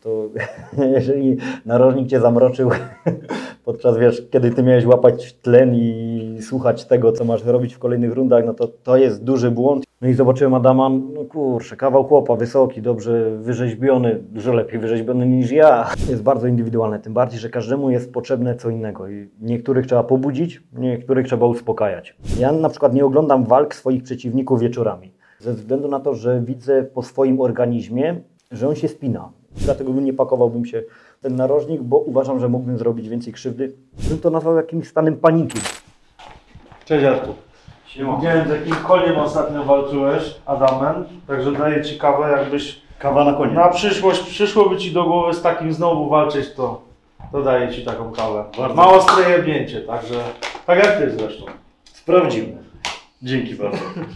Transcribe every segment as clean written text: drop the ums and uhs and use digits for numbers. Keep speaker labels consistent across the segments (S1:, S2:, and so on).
S1: to jeżeli narożnik Cię zamroczył podczas, kiedy Ty miałeś łapać tlen i słuchać tego, co masz robić w kolejnych rundach, no to jest duży błąd. No i zobaczyłem Adama, no kurczę, kawał chłopa, wysoki, dobrze wyrzeźbiony, dużo lepiej wyrzeźbiony niż ja. Jest bardzo indywidualne, tym bardziej, że każdemu jest potrzebne co innego i niektórych trzeba pobudzić, niektórych trzeba uspokajać. Ja na przykład nie oglądam walk swoich przeciwników wieczorami, ze względu na to, że widzę po swoim organizmie, że on się spina. Dlatego nie pakowałbym się w ten narożnik, bo uważam, że mógłbym zrobić więcej krzywdy. Bym to nazwał jakimś stanem paniki.
S2: Cześć Artur. Widziałem, z jakim koniem ostatnio walczyłeś, Adamem, także daję Ci kawę, jakbyś...
S1: Kawa na koniec.
S2: Na przyszłość przyszłoby Ci do głowy z takim znowu walczyć, to daję Ci taką kawę.
S1: Bardzo.
S2: Ma ostre jebnięcie, także tak jak Ty zresztą.
S1: Sprawdzimy. Dzięki bardzo.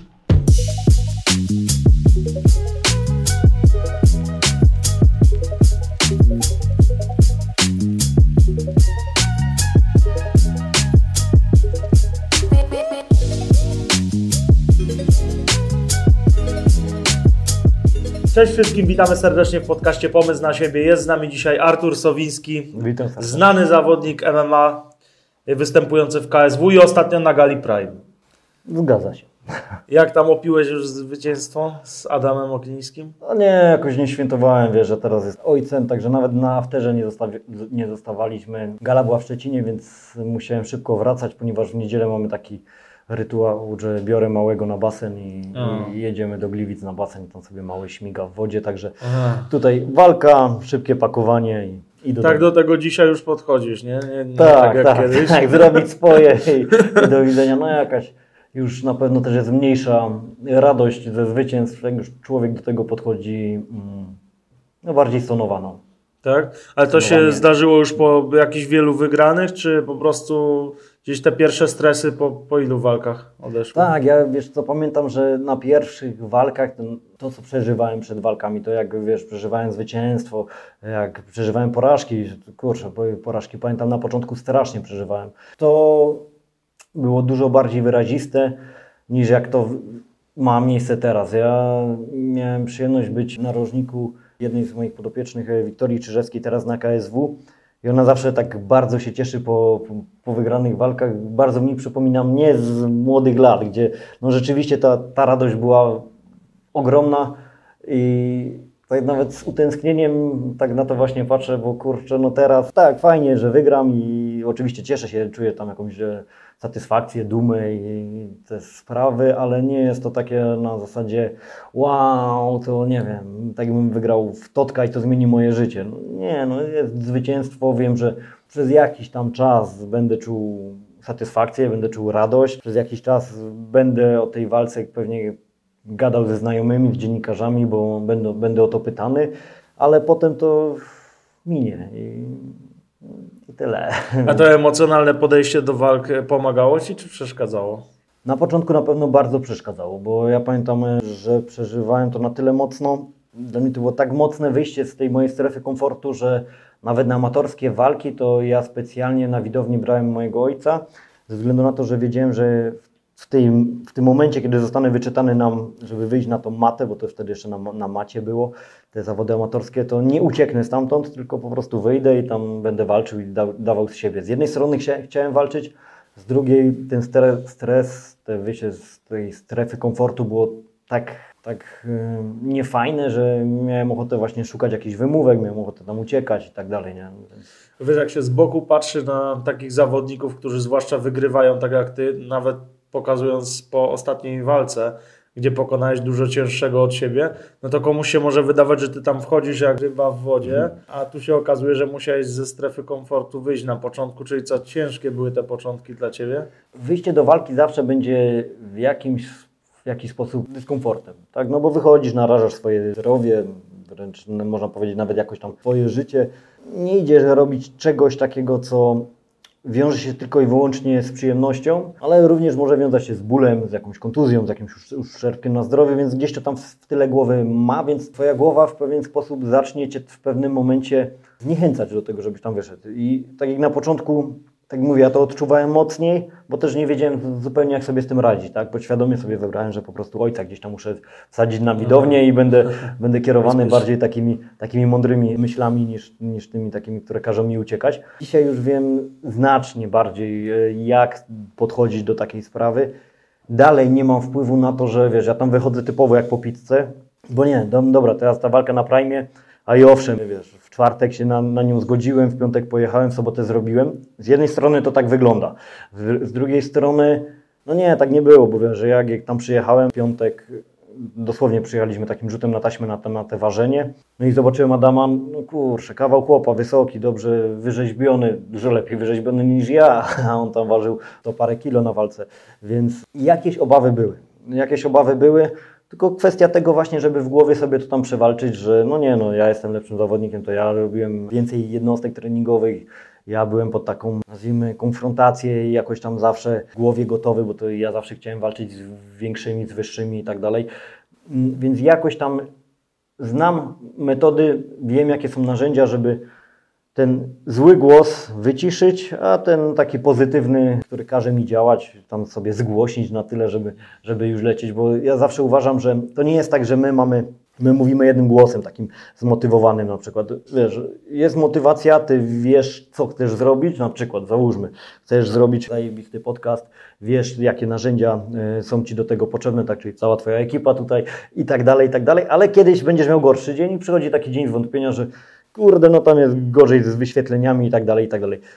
S2: Cześć wszystkim, witamy serdecznie w podcaście Pomysł na siebie. Jest z nami dzisiaj Artur Sowiński,
S1: Witam serdecznie.
S2: znany zawodnik MMA, występujący w KSW i ostatnio na Gali Prime.
S1: Zgadza się.
S2: Jak tam opiłeś już zwycięstwo z Adamem Oklińskim?
S1: No nie, jakoś nie świętowałem, wiesz, że teraz jest ojcem, także nawet na afterze nie zostawaliśmy. Gala była w Szczecinie, więc musiałem szybko wracać, ponieważ w niedzielę mamy taki rytuał, że biorę małego na basen i jedziemy do Gliwic na basen i tam sobie mały śmiga w wodzie, także tutaj walka, szybkie pakowanie i do
S2: Tak
S1: domu.
S2: do tego dzisiaj już podchodzisz, nie? Nie
S1: Tak,
S2: jak kiedyś.
S1: tak, zrobić swoje i do widzenia. No jakaś już na pewno też jest mniejsza radość ze zwycięstw, jak już człowiek do tego podchodzi no bardziej stonowano.
S2: Tak? Ale to się zdarzyło już po jakichś wielu wygranych, czy po prostu gdzieś te pierwsze stresy po ilu walkach odeszły?
S1: Tak, ja wiesz co, pamiętam, że na pierwszych walkach to co przeżywałem przed walkami, to jak wiesz, przeżywałem zwycięstwo, jak przeżywałem porażki, kurczę, porażki pamiętam na początku strasznie przeżywałem. To było dużo bardziej wyraziste niż jak to ma miejsce teraz. Ja miałem przyjemność być w narożniku jednej z moich podopiecznych, Wiktorii Czyżewskiej, teraz na KSW. I ona zawsze tak bardzo się cieszy po wygranych walkach. Bardzo mi przypomina mnie z młodych lat, gdzie no rzeczywiście ta radość była ogromna i tak nawet z utęsknieniem tak na to właśnie patrzę, bo kurczę, no teraz tak, fajnie, że wygram i oczywiście cieszę się, czuję tam jakąś satysfakcję, dumę i te sprawy, ale nie jest to takie na zasadzie wow, to nie wiem, tak bym wygrał w Totka i to zmieni moje życie. No nie, no jest zwycięstwo, wiem, że przez jakiś tam czas będę czuł satysfakcję, będę czuł radość, przez jakiś czas będę o tej walce pewnie gadał ze znajomymi, z dziennikarzami, bo będę o to pytany, ale potem to minie i tyle.
S2: A to emocjonalne podejście do walk pomagało Ci, czy przeszkadzało?
S1: Na początku na pewno bardzo przeszkadzało, bo ja pamiętam, że przeżywałem to na tyle mocno. Dla mnie to było tak mocne wyjście z tej mojej strefy komfortu, że nawet na amatorskie walki to ja specjalnie na widowni brałem mojego ojca, ze względu na to, że wiedziałem, że w tym momencie, kiedy zostanę wyczytany żeby wyjść na tą matę, bo to wtedy jeszcze na macie było, te zawody amatorskie, to nie ucieknę stamtąd, tylko po prostu wyjdę i tam będę walczył i dawał z siebie. Z jednej strony chciałem walczyć, z drugiej ten stres, te wyjście z tej strefy komfortu było tak niefajne, że miałem ochotę właśnie szukać jakichś wymówek, miałem ochotę tam uciekać i tak dalej. Nie?
S2: Wiesz, jak się z boku patrzy na takich zawodników, którzy zwłaszcza wygrywają tak jak Ty, nawet pokazując po ostatniej walce, gdzie pokonałeś dużo cięższego od siebie, no to komuś się może wydawać, że Ty tam wchodzisz jak ryba w wodzie, a tu się okazuje, że musiałeś ze strefy komfortu wyjść na początku, czyli co ciężkie były te początki dla Ciebie?
S1: Wyjście do walki zawsze będzie w jakiś sposób dyskomfortem, tak? No bo wychodzisz, narażasz swoje zdrowie, wręcz można powiedzieć nawet jakoś tam swoje życie. Nie idziesz robić czegoś takiego, co wiąże się tylko i wyłącznie z przyjemnością, ale również może wiązać się z bólem, z jakąś kontuzją, z jakimś uszczerbkiem na zdrowiu, więc gdzieś to tam w tyle głowy ma, więc Twoja głowa w pewien sposób zacznie Cię w pewnym momencie zniechęcać do tego, żebyś tam wyszedł. I tak jak na początku tak mówię, ja to odczuwałem mocniej, bo też nie wiedziałem zupełnie jak sobie z tym radzić, tak? Podświadomie sobie wybrałem, że po prostu ojca gdzieś tam muszę wsadzić na widownię i będę kierowany bardziej takimi mądrymi myślami niż tymi takimi, które każą mi uciekać. Dzisiaj już wiem znacznie bardziej jak podchodzić do takiej sprawy. Dalej nie mam wpływu na to, że wiesz, ja tam wychodzę typowo jak po pizzce, bo nie, dobra, teraz ta walka na Prime, a i owszem, wiesz, w czwartek się na nią zgodziłem, w piątek pojechałem, w sobotę zrobiłem. Z jednej strony to tak wygląda, z drugiej strony, no nie, tak nie było, bo wiesz, że jak tam przyjechałem w piątek, dosłownie przyjechaliśmy takim rzutem na taśmę na te ważenie, no i zobaczyłem Adama, no kurczę, kawał chłopa, wysoki, dobrze wyrzeźbiony, dużo lepiej wyrzeźbiony niż ja, a on tam ważył to parę kilo na walce, więc jakieś obawy były, tylko kwestia tego właśnie, żeby w głowie sobie to tam przewalczyć, że no nie, no ja jestem lepszym zawodnikiem, to ja robiłem więcej jednostek treningowych, ja byłem pod taką, nazwijmy, konfrontację i jakoś tam zawsze w głowie gotowy, bo to ja zawsze chciałem walczyć z większymi, z wyższymi i tak dalej. Więc jakoś tam znam metody, wiem jakie są narzędzia, żeby ten zły głos wyciszyć, a ten taki pozytywny, który każe mi działać, tam sobie zgłośnić na tyle, żeby już lecieć, bo ja zawsze uważam, że to nie jest tak, że my mówimy jednym głosem, takim zmotywowanym na przykład. Wiesz, jest motywacja, ty wiesz, co chcesz zrobić, na przykład, załóżmy, chcesz zrobić zajebisty podcast, wiesz, jakie narzędzia są ci do tego potrzebne, tak, czyli cała twoja ekipa tutaj i tak dalej, ale kiedyś będziesz miał gorszy dzień i przychodzi taki dzień zwątpienia, że kurde, no tam jest gorzej z wyświetleniami i tak dalej.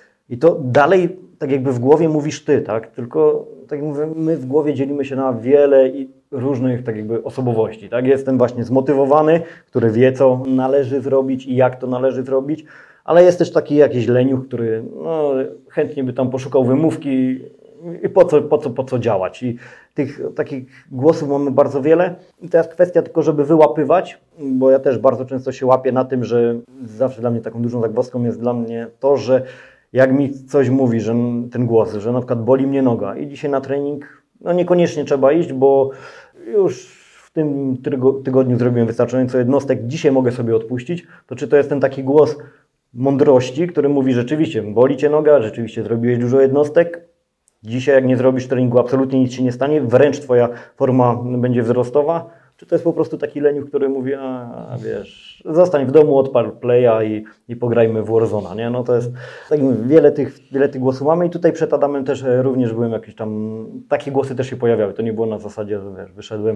S1: I to dalej tak jakby w głowie mówisz ty, tak? Tylko tak jak mówię, my w głowie dzielimy się na wiele różnych tak jakby osobowości, tak? Jestem właśnie zmotywowany, który wie, co należy zrobić i jak to należy zrobić, ale jest też taki jakiś leniuch, który no, chętnie by tam poszukał wymówki i po co działać. I tych takich głosów mamy bardzo wiele. I teraz kwestia tylko, żeby wyłapywać, bo ja też bardzo często się łapię na tym, że zawsze dla mnie taką dużą zagwozdką jest dla mnie to, że jak mi coś mówi, że ten głos, że na przykład boli mnie noga i dzisiaj na trening, no niekoniecznie trzeba iść, bo już w tym tygodniu zrobiłem wystarczająco jednostek, dzisiaj mogę sobie odpuścić, to czy to jest ten taki głos mądrości, który mówi rzeczywiście boli cię noga, rzeczywiście zrobiłeś dużo jednostek, dzisiaj jak nie zrobisz treningu, absolutnie nic się nie stanie, wręcz twoja forma będzie wzrostowa. Czy to jest po prostu taki leniuch, który mówi, a wiesz, zostań w domu, odpal playa i pograjmy w Warzone'a, nie? No to jest, tak mówię, wiele tych głosów mamy i tutaj przed Adamem też również byłem jakieś tam, takie głosy też się pojawiały. To nie było na zasadzie, że wiesz, wyszedłem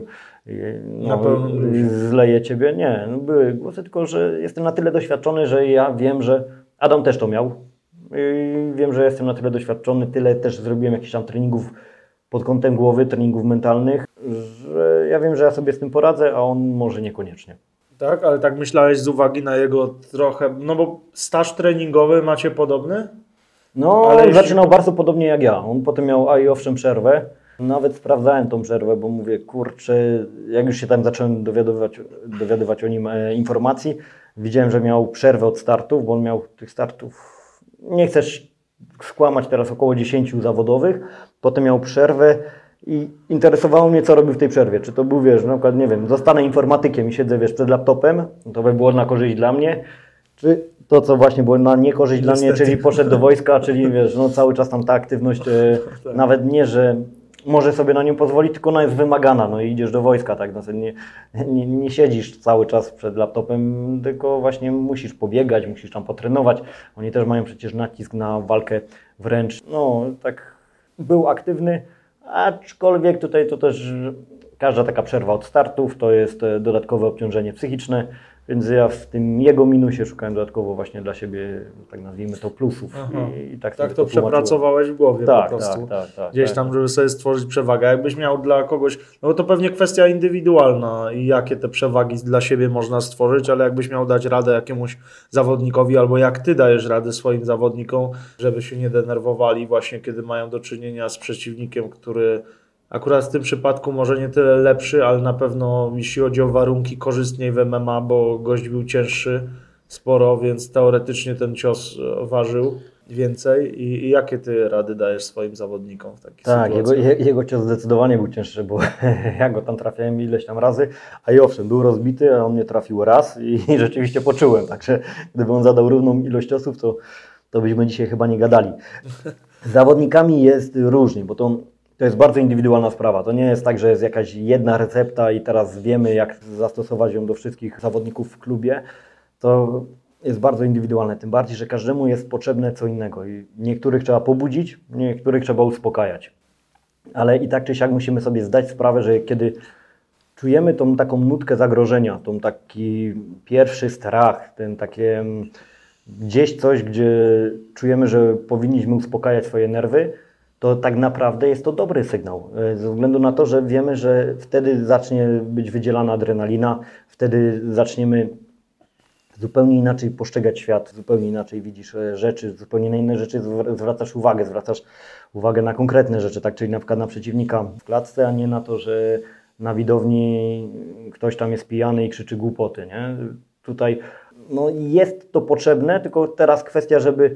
S1: i zleję ciebie. Nie, no były głosy, tylko że jestem na tyle doświadczony, że ja wiem, że Adam też to miał. I wiem, że jestem na tyle doświadczony, tyle też zrobiłem jakichś tam treningów pod kątem głowy, treningów mentalnych, że ja wiem, że ja sobie z tym poradzę, a on może niekoniecznie.
S2: Tak, ale tak myślałeś z uwagi na jego trochę, no bo staż treningowy macie podobny?
S1: No, ale zaczynał bardzo podobnie jak ja. On potem miał, a i owszem, przerwę. Nawet sprawdzałem tą przerwę, bo mówię, kurczę, jak już się tam zacząłem dowiadywać o nim informacji, widziałem, że miał przerwę od startów, bo on miał tych startów, nie chcesz skłamać, teraz około 10 zawodowych, potem miał przerwę i interesowało mnie, co robił w tej przerwie. Czy to był, wiesz, na przykład, nie wiem, zostanę informatykiem i siedzę, wiesz, przed laptopem, to by było na korzyść dla mnie, czy to, co właśnie było na niekorzyść dla mnie, czyli poszedł do wojska, czyli, wiesz, no cały czas tam ta aktywność, nawet nie, że może sobie na nią pozwolić, tylko ona jest wymagana, no i idziesz do wojska, tak, no, nie siedzisz cały czas przed laptopem, tylko właśnie musisz pobiegać, musisz tam potrenować, oni też mają przecież nacisk na walkę wręcz, no tak był aktywny, aczkolwiek tutaj to też każda taka przerwa od startów to jest dodatkowe obciążenie psychiczne, więc ja w tym jego minusie szukałem dodatkowo właśnie dla siebie, tak nazwijmy to, plusów. I tak
S2: to przepracowałeś w głowie
S1: tak,
S2: po prostu.
S1: Tak,
S2: gdzieś tam, żeby sobie stworzyć przewagę. Jakbyś miał dla kogoś, no bo to pewnie kwestia indywidualna i jakie te przewagi dla siebie można stworzyć, ale jakbyś miał dać radę jakiemuś zawodnikowi, albo jak ty dajesz radę swoim zawodnikom, żeby się nie denerwowali właśnie, kiedy mają do czynienia z przeciwnikiem, który akurat w tym przypadku może nie tyle lepszy, ale na pewno jeśli chodzi o warunki korzystniej w MMA, bo gość był cięższy sporo, więc teoretycznie ten cios ważył więcej. I jakie ty rady dajesz swoim zawodnikom w takich sytuacjach?
S1: Tak, jego cios zdecydowanie był cięższy, bo ja go tam trafiałem ileś tam razy, a i owszem, był rozbity, a on mnie trafił raz i rzeczywiście poczułem, także gdyby on zadał równą ilość ciosów, to byśmy dzisiaj chyba nie gadali. Z zawodnikami jest różnie, bo to jest bardzo indywidualna sprawa. To nie jest tak, że jest jakaś jedna recepta i teraz wiemy, jak zastosować ją do wszystkich zawodników w klubie. To jest bardzo indywidualne, tym bardziej, że każdemu jest potrzebne co innego. I niektórych trzeba pobudzić, niektórych trzeba uspokajać. Ale i tak czy siak musimy sobie zdać sprawę, że kiedy czujemy tą taką nutkę zagrożenia, tą taki pierwszy strach, ten takie gdzieś coś, gdzie czujemy, że powinniśmy uspokajać swoje nerwy, to tak naprawdę jest to dobry sygnał. Ze względu na to, że wiemy, że wtedy zacznie być wydzielana adrenalina, wtedy zaczniemy zupełnie inaczej postrzegać świat, zupełnie inaczej widzisz rzeczy, zupełnie na inne rzeczy zwracasz uwagę na konkretne rzeczy, tak, czyli na przykład na przeciwnika w klatce, a nie na to, że na widowni ktoś tam jest pijany i krzyczy głupoty, nie? Tutaj no, jest to potrzebne, tylko teraz kwestia, żeby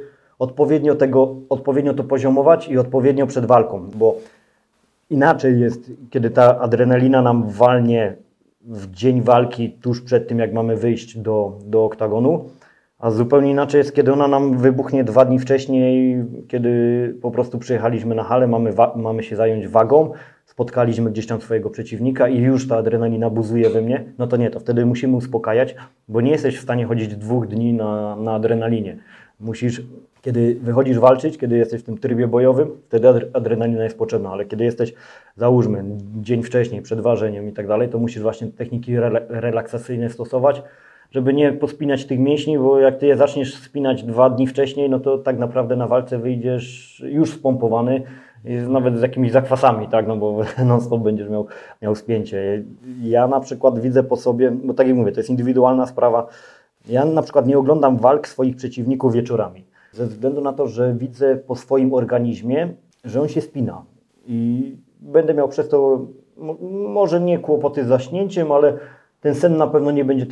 S1: odpowiednio to poziomować i odpowiednio przed walką, bo inaczej jest, kiedy ta adrenalina nam walnie w dzień walki, tuż przed tym, jak mamy wyjść do oktagonu, a zupełnie inaczej jest, kiedy ona nam wybuchnie 2 dni wcześniej, kiedy po prostu przyjechaliśmy na halę, mamy się zająć wagą, spotkaliśmy gdzieś tam swojego przeciwnika i już ta adrenalina buzuje we mnie, no to nie, to wtedy musimy uspokajać, bo nie jesteś w stanie chodzić 2 dni na adrenalinie. Musisz, kiedy wychodzisz walczyć, kiedy jesteś w tym trybie bojowym, wtedy adrenalina jest potrzebna, ale kiedy jesteś, załóżmy, dzień wcześniej, przed ważeniem i tak dalej, to musisz właśnie techniki relaksacyjne stosować, żeby nie pospinać tych mięśni, bo jak ty je zaczniesz spinać 2 dni wcześniej, no to tak naprawdę na walce wyjdziesz już spompowany, nawet z jakimiś zakwasami, tak, no bo non-stop będziesz miał spięcie. Ja na przykład widzę po sobie, bo tak jak mówię, to jest indywidualna sprawa, ja na przykład nie oglądam walk swoich przeciwników wieczorami, ze względu na to, że widzę po swoim organizmie, że on się spina i będę miał przez to, może nie kłopoty z zaśnięciem, ale ten sen na pewno nie będzie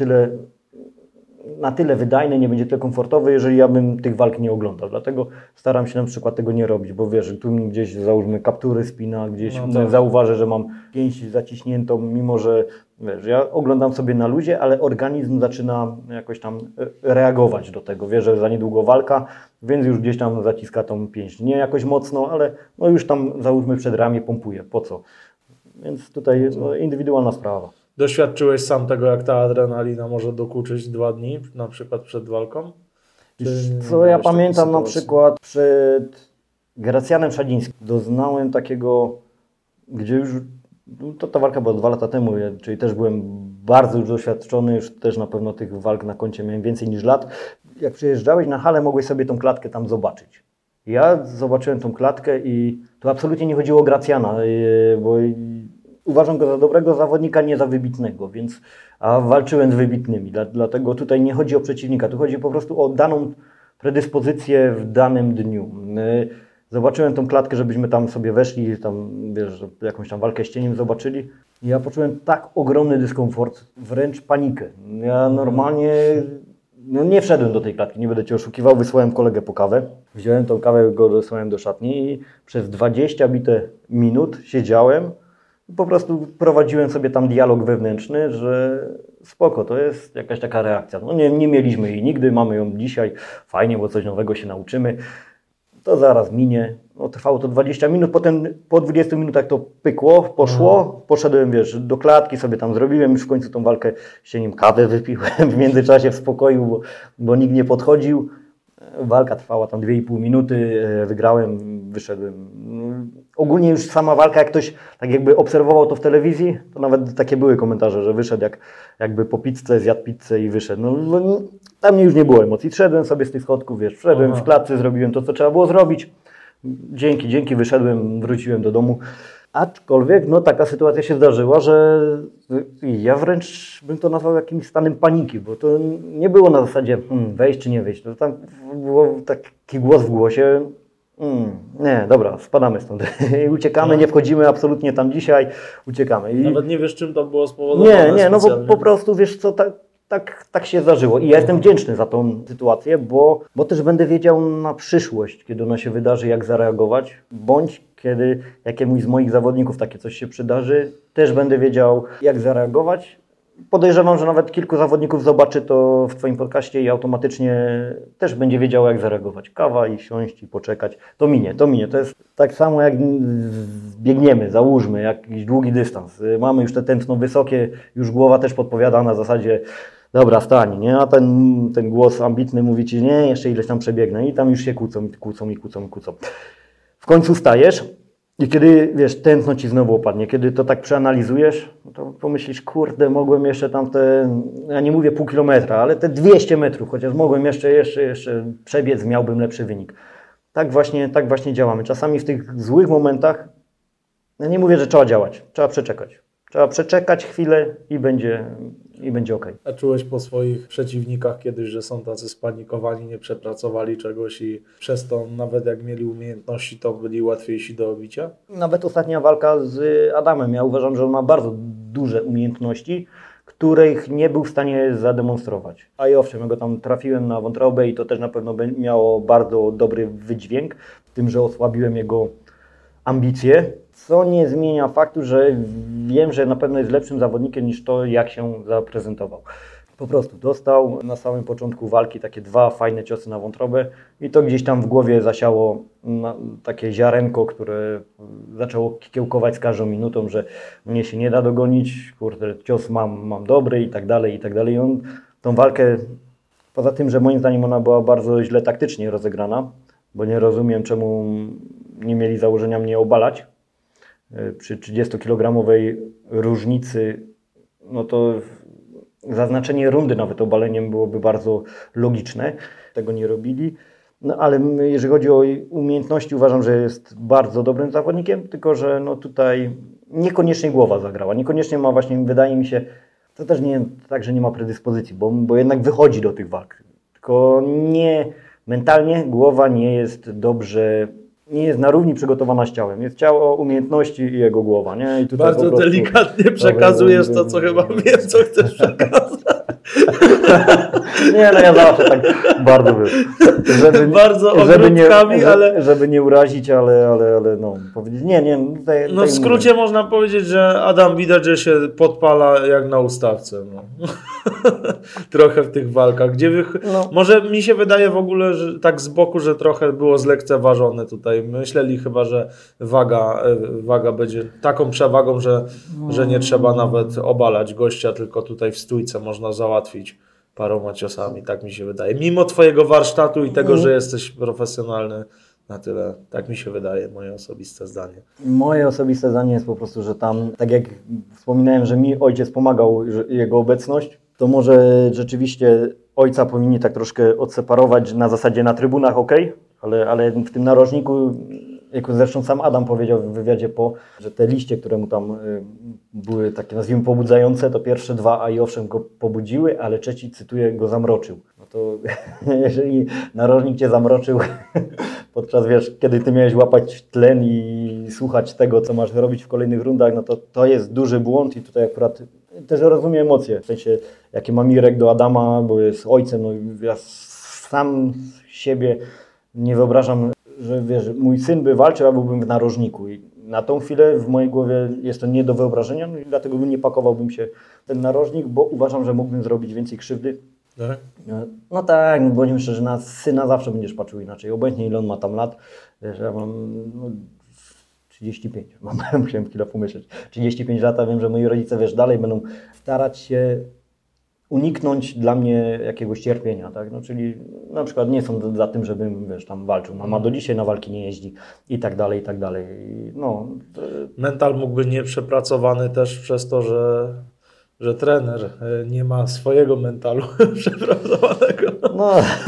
S1: na tyle wydajny, nie będzie tyle komfortowy, jeżeli ja bym tych walk nie oglądał. Dlatego staram się na przykład tego nie robić, bo wiesz, tu mi gdzieś załóżmy kaptury spina, gdzieś zauważę, że mam pięść zaciśniętą, mimo że wiesz, ja oglądam sobie na luzie, ale organizm zaczyna jakoś tam reagować do tego. Wie, że za niedługo walka, więc już gdzieś tam zaciska tą pięść. Nie jakoś mocno, ale no już tam załóżmy przed ramię pompuje. Po co? Więc tutaj indywidualna sprawa.
S2: Doświadczyłeś sam tego, jak ta adrenalina może dokuczyć 2 dni, na przykład przed walką?
S1: Co ja pamiętam na przykład przed Gracjanem Szadzińskim. Doznałem takiego, gdzie już, ta walka była 2 lata temu, czyli też byłem bardzo już doświadczony, już też na pewno tych walk na koncie miałem więcej niż lat. Jak przyjeżdżałeś na halę, mogłeś sobie tą klatkę tam zobaczyć. Ja zobaczyłem tą klatkę i tu absolutnie nie chodziło o Gracjana, bo uważam go za dobrego zawodnika, nie za wybitnego, a walczyłem z wybitnymi, dlatego tutaj nie chodzi o przeciwnika, tu chodzi po prostu o daną predyspozycję w danym dniu. Zobaczyłem tą klatkę, żebyśmy tam sobie weszli, tam wiesz, jakąś tam walkę z cieniem zobaczyli i ja poczułem tak ogromny dyskomfort, wręcz panikę. Ja normalnie nie wszedłem do tej klatki, nie będę Cię oszukiwał, wysłałem kolegę po kawę, wziąłem tą kawę, go wysłałem do szatni i przez 20 bite minut siedziałem. Po prostu prowadziłem sobie tam dialog wewnętrzny, że spoko, to jest jakaś taka reakcja. No nie mieliśmy jej nigdy, mamy ją dzisiaj, fajnie, bo coś nowego się nauczymy. To zaraz minie. No, trwało to 20 minut, potem po 20 minutach to pykło, poszło. Poszedłem, wiesz, do klatki, sobie tam zrobiłem, już w końcu tą walkę z cieniem, kawę wypiłem w międzyczasie w spokoju, bo nikt nie podchodził. Walka trwała tam 2,5 minuty, wygrałem, wyszedłem. Ogólnie już sama walka, jak ktoś tak jakby obserwował to w telewizji, to nawet takie były komentarze, że wyszedł jakby po pizzę, zjadł pizzę i wyszedł. No, tam już nie było emocji. Szedłem sobie z tych schodków, wiesz, wszedłem w klatce, zrobiłem to, co trzeba było zrobić. Dzięki, wyszedłem, wróciłem do domu. Aczkolwiek no, taka sytuacja się zdarzyła, że ja wręcz bym to nazwał jakimś stanem paniki, bo to nie było na zasadzie wejść czy nie wejść. To tam było taki głos w głosie, nie, dobra, spadamy stąd i uciekamy, nie wchodzimy absolutnie tam dzisiaj, uciekamy. I
S2: nawet nie wiesz, czym to było spowodowane.
S1: Nie, no bo po prostu wiesz co, tak się zdarzyło i ja jestem wdzięczny za tą sytuację, bo też będę wiedział na przyszłość, kiedy ona się wydarzy, jak zareagować, bądź kiedy jakiemuś z moich zawodników takie coś się przydarzy, też będę wiedział, jak zareagować, podejrzewam, że nawet kilku zawodników zobaczy to w Twoim podcaście i automatycznie też będzie wiedziało, jak zareagować. Kawa i siąść i poczekać. To minie. To jest tak samo, jak biegniemy, załóżmy, jakiś długi dystans. Mamy już te tętno wysokie, już głowa też podpowiada na zasadzie dobra, wstań, nie? A ten głos ambitny mówi Ci, nie, jeszcze ileś tam przebiegnę i tam już się kłócą. W końcu stajesz i kiedy, wiesz, tętno Ci znowu opadnie, kiedy to tak przeanalizujesz, no to pomyślisz, kurde, mogłem jeszcze tam ja nie mówię pół kilometra, ale te 200 metrów, chociaż mogłem jeszcze przebiec, miałbym lepszy wynik. Tak właśnie działamy. Czasami w tych złych momentach, ja nie mówię, że trzeba działać, trzeba przeczekać. Trzeba przeczekać chwilę i będzie ok.
S2: A czułeś po swoich przeciwnikach kiedyś, że są tacy spanikowani, nie przepracowali czegoś i przez to nawet jak mieli umiejętności, to byli łatwiejsi do obicia?
S1: Nawet ostatnia walka z Adamem. Ja uważam, że on ma bardzo duże umiejętności, których nie był w stanie zademonstrować. A i owszem, ja go tam trafiłem na wątrobę i to też na pewno miało bardzo dobry wydźwięk, w tym, że osłabiłem jego ambicje, co nie zmienia faktu, że wiem, że na pewno jest lepszym zawodnikiem niż to, jak się zaprezentował. Po prostu dostał na samym początku walki takie 2 fajne ciosy na wątrobę i to gdzieś tam w głowie zasiało takie ziarenko, które zaczęło kiełkować z każdą minutą, że mnie się nie da dogonić, kurde, cios mam dobry i tak dalej, i tak dalej. I on tą walkę, poza tym, że moim zdaniem ona była bardzo źle taktycznie rozegrana, bo nie rozumiem, czemu nie mieli założenia mnie obalać. Przy 30-kilogramowej różnicy, no to zaznaczenie rundy nawet obaleniem byłoby bardzo logiczne. Tego nie robili. No ale jeżeli chodzi o umiejętności, uważam, że jest bardzo dobrym zawodnikiem, tylko że no tutaj niekoniecznie głowa zagrała. Niekoniecznie ma właśnie, wydaje mi się, to też nie tak, że nie ma predyspozycji, bo jednak wychodzi do tych walk. Tylko nie mentalnie głowa nie jest dobrze, nie jest na równi przygotowana z ciałem. Jest ciało, umiejętności i jego głowa. Nie? I tutaj
S2: bardzo delikatnie przekazujesz to, co chyba wiem, co chcesz przekazać.
S1: Nie, no ja zawsze tak bardzo
S2: bardzo ogródkami, ale...
S1: Żeby nie urazić, ale no, powiedzieć, nie. Tutaj
S2: w skrócie mówię. Można powiedzieć, że Adam widać, że się podpala jak na ustawce. No. Trochę w tych walkach. Może mi się wydaje w ogóle, że tak z boku, że trochę było zlekceważone tutaj. Myśleli chyba, że waga będzie taką przewagą, że nie trzeba nawet obalać gościa, tylko tutaj w stójce można załatwić paroma ciosami, tak mi się wydaje. Mimo Twojego warsztatu i tego, że jesteś profesjonalny na tyle, tak mi się wydaje, moje osobiste zdanie.
S1: Moje osobiste zdanie jest po prostu, że tam, tak jak wspominałem, że mi ojciec pomagał, jego obecność, to może rzeczywiście ojca powinni tak troszkę odseparować na zasadzie na trybunach, ale w tym narożniku, jak zresztą sam Adam powiedział w wywiadzie że te liście, które mu tam były takie, nazwijmy, pobudzające, to pierwsze 2, a i owszem go pobudziły, ale trzeci, cytuję, go zamroczył. No to jeżeli narożnik Cię zamroczył podczas, kiedy Ty miałeś łapać tlen i słuchać tego, co masz robić w kolejnych rundach, no to jest duży błąd i tutaj akurat też rozumiem emocje, w sensie, jakie ma Mirek do Adama, bo jest ojcem, no ja sam siebie nie wyobrażam, że wiesz, mój syn by walczył, a byłbym w narożniku i na tą chwilę w mojej głowie jest to nie do wyobrażenia, no i dlatego nie pakowałbym się w ten narożnik, bo uważam, że mógłbym zrobić więcej krzywdy.
S2: Tak?
S1: No tak, bądźmy szczerzy, na syna zawsze będziesz patrzył inaczej, obojętnie ile on ma tam lat, wiesz, ja mam 35, musiałem chwilę pomyśleć, 35 lat, a wiem, że moi rodzice, wiesz, dalej będą starać się uniknąć dla mnie jakiegoś cierpienia, tak? No, czyli na przykład nie są za tym, żebym, wiesz, tam walczył. Mama do dzisiaj na walki nie jeździ i tak dalej, i tak dalej. No,
S2: Mental mógłby nieprzepracowany też przez to, że trener nie ma swojego mentalu przepracowanego. No.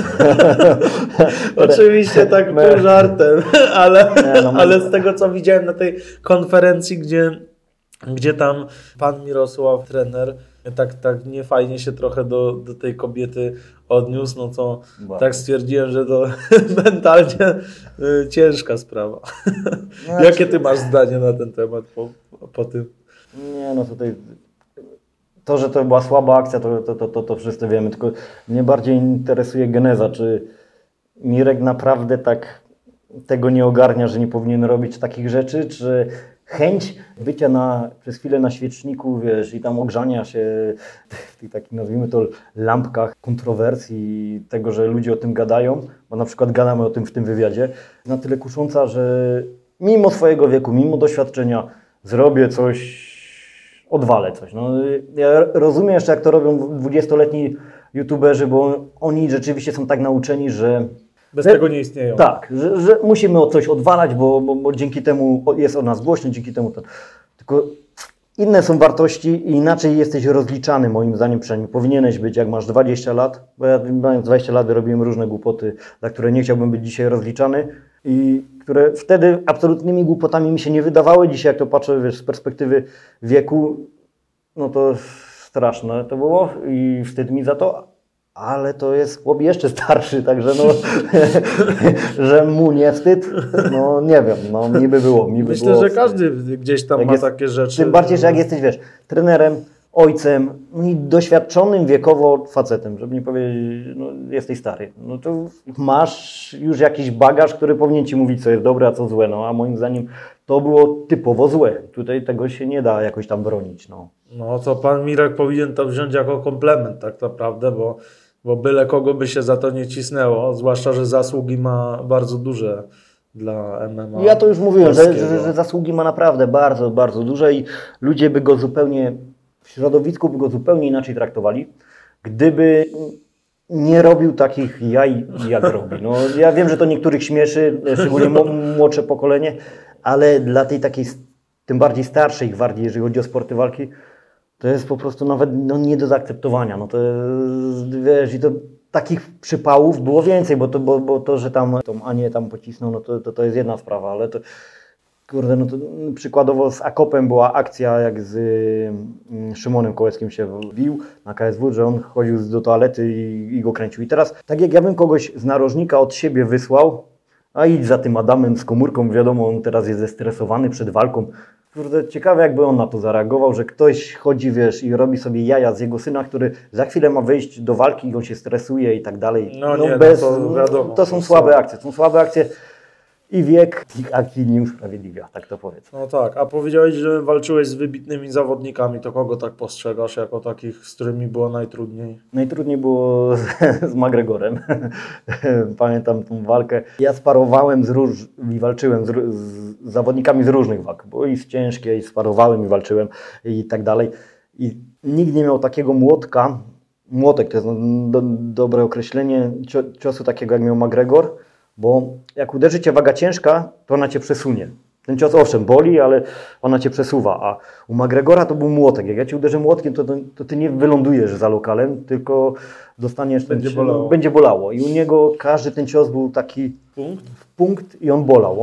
S2: Oczywiście tak pół żartem, ale z tego, co widziałem na tej konferencji, gdzie tam pan Mirosław, trener, tak niefajnie się trochę do tej kobiety odniósł, no to tak stwierdziłem, że to mentalnie ciężka sprawa. Jakie Ty masz zdanie na ten temat po tym?
S1: Nie, no tutaj to, że to była słaba akcja, to wszyscy wiemy, tylko mnie bardziej interesuje geneza, czy Mirek naprawdę tak tego nie ogarnia, że nie powinien robić takich rzeczy, czy chęć bycia przez chwilę na świeczniku, wiesz, i tam ogrzania się w tych takich, nazwijmy to, lampkach kontrowersji, tego, że ludzie o tym gadają, bo na przykład gadamy o tym w tym wywiadzie, na tyle kusząca, że mimo swojego wieku, mimo doświadczenia zrobię coś, odwalę coś. No, ja rozumiem jeszcze, jak to robią 20-letni youtuberzy, bo oni rzeczywiście są tak nauczeni, że
S2: Bez tego nie istnieją.
S1: tak, że musimy o coś odwalać, bo dzięki temu jest o nas głośno, dzięki temu to. Tylko inne są wartości i inaczej jesteś rozliczany, moim zdaniem przynajmniej. Powinieneś być, jak masz 20 lat, bo ja mając 20 lat robiłem różne głupoty, za które nie chciałbym być dzisiaj rozliczany i które wtedy absolutnymi głupotami mi się nie wydawały. Dzisiaj, jak to patrzę, wiesz, z perspektywy wieku, no to straszne to było i wstyd mi za to. Ale to jest chłop jeszcze starszy, także no, że mu nie wstyd, no nie wiem, no mi by było.
S2: Myślę, że każdy gdzieś tam ma takie rzeczy.
S1: Tym bardziej, że jak jesteś, wiesz, trenerem, ojcem, no i doświadczonym wiekowo facetem, żeby nie powiedzieć, no jesteś stary, no to masz już jakiś bagaż, który powinien ci mówić, co jest dobre, a co złe, no a moim zdaniem to było typowo złe. Tutaj tego się nie da jakoś tam bronić, no.
S2: No to pan Mirek powinien to wziąć jako komplement tak naprawdę, bo byle kogo by się za to nie cisnęło, zwłaszcza, że zasługi ma bardzo duże dla MMA.
S1: Ja to już mówiłem, że zasługi ma naprawdę bardzo, bardzo duże i ludzie by go zupełnie, w środowisku by go zupełnie inaczej traktowali, gdyby nie robił takich jaj, jak robi. No, ja wiem, że to niektórych śmieszy, szczególnie młodsze pokolenie, ale dla tej takiej, tym bardziej starszej gwardii, jeżeli chodzi o sporty walki, to jest po prostu nawet no, nie do zaakceptowania. No to jest, wiesz, i to takich przypałów było więcej, bo to, że tam tą Anię tam pocisnął, no to jest jedna sprawa, ale to kurde, no to przykładowo z Akopem była akcja, jak z Szymonem Kołeckim się wbił na KSW, że on chodził do toalety i go kręcił. I teraz, tak jak ja bym kogoś z narożnika od siebie wysłał, a idź za tym Adamem z komórką, wiadomo, on teraz jest zestresowany przed walką. Kurde, ciekawe jakby on na to zareagował, że ktoś chodzi, wiesz, i robi sobie jaja z jego syna, który za chwilę ma wyjść do walki i on się stresuje i tak dalej.
S2: No nie, bez, to wiadomo.
S1: To są słabe akcje. Są słabe akcje i wiek tych akcji nie usprawiedliwia, tak to powiedz.
S2: No tak, a powiedziałeś, że walczyłeś z wybitnymi zawodnikami, to kogo tak postrzegasz jako takich, z którymi było najtrudniej?
S1: Najtrudniej było z McGregorem. Pamiętam tą walkę. Ja sparowałem i walczyłem z zawodnikami z różnych walk, bo i z ciężkiej, sparowałem i walczyłem i tak dalej. I nikt nie miał takiego młotka. Młotek to jest dobre określenie ciosu takiego, jak miał McGregor, bo jak uderzy cię waga ciężka, to ona cię przesunie. Ten cios owszem boli, ale ona cię przesuwa, a u McGregora to był młotek. Jak ja cię uderzę młotkiem, to ty nie wylądujesz za lokalem, tylko dostaniesz będzie bolało. I u niego każdy ten cios był taki punkt i on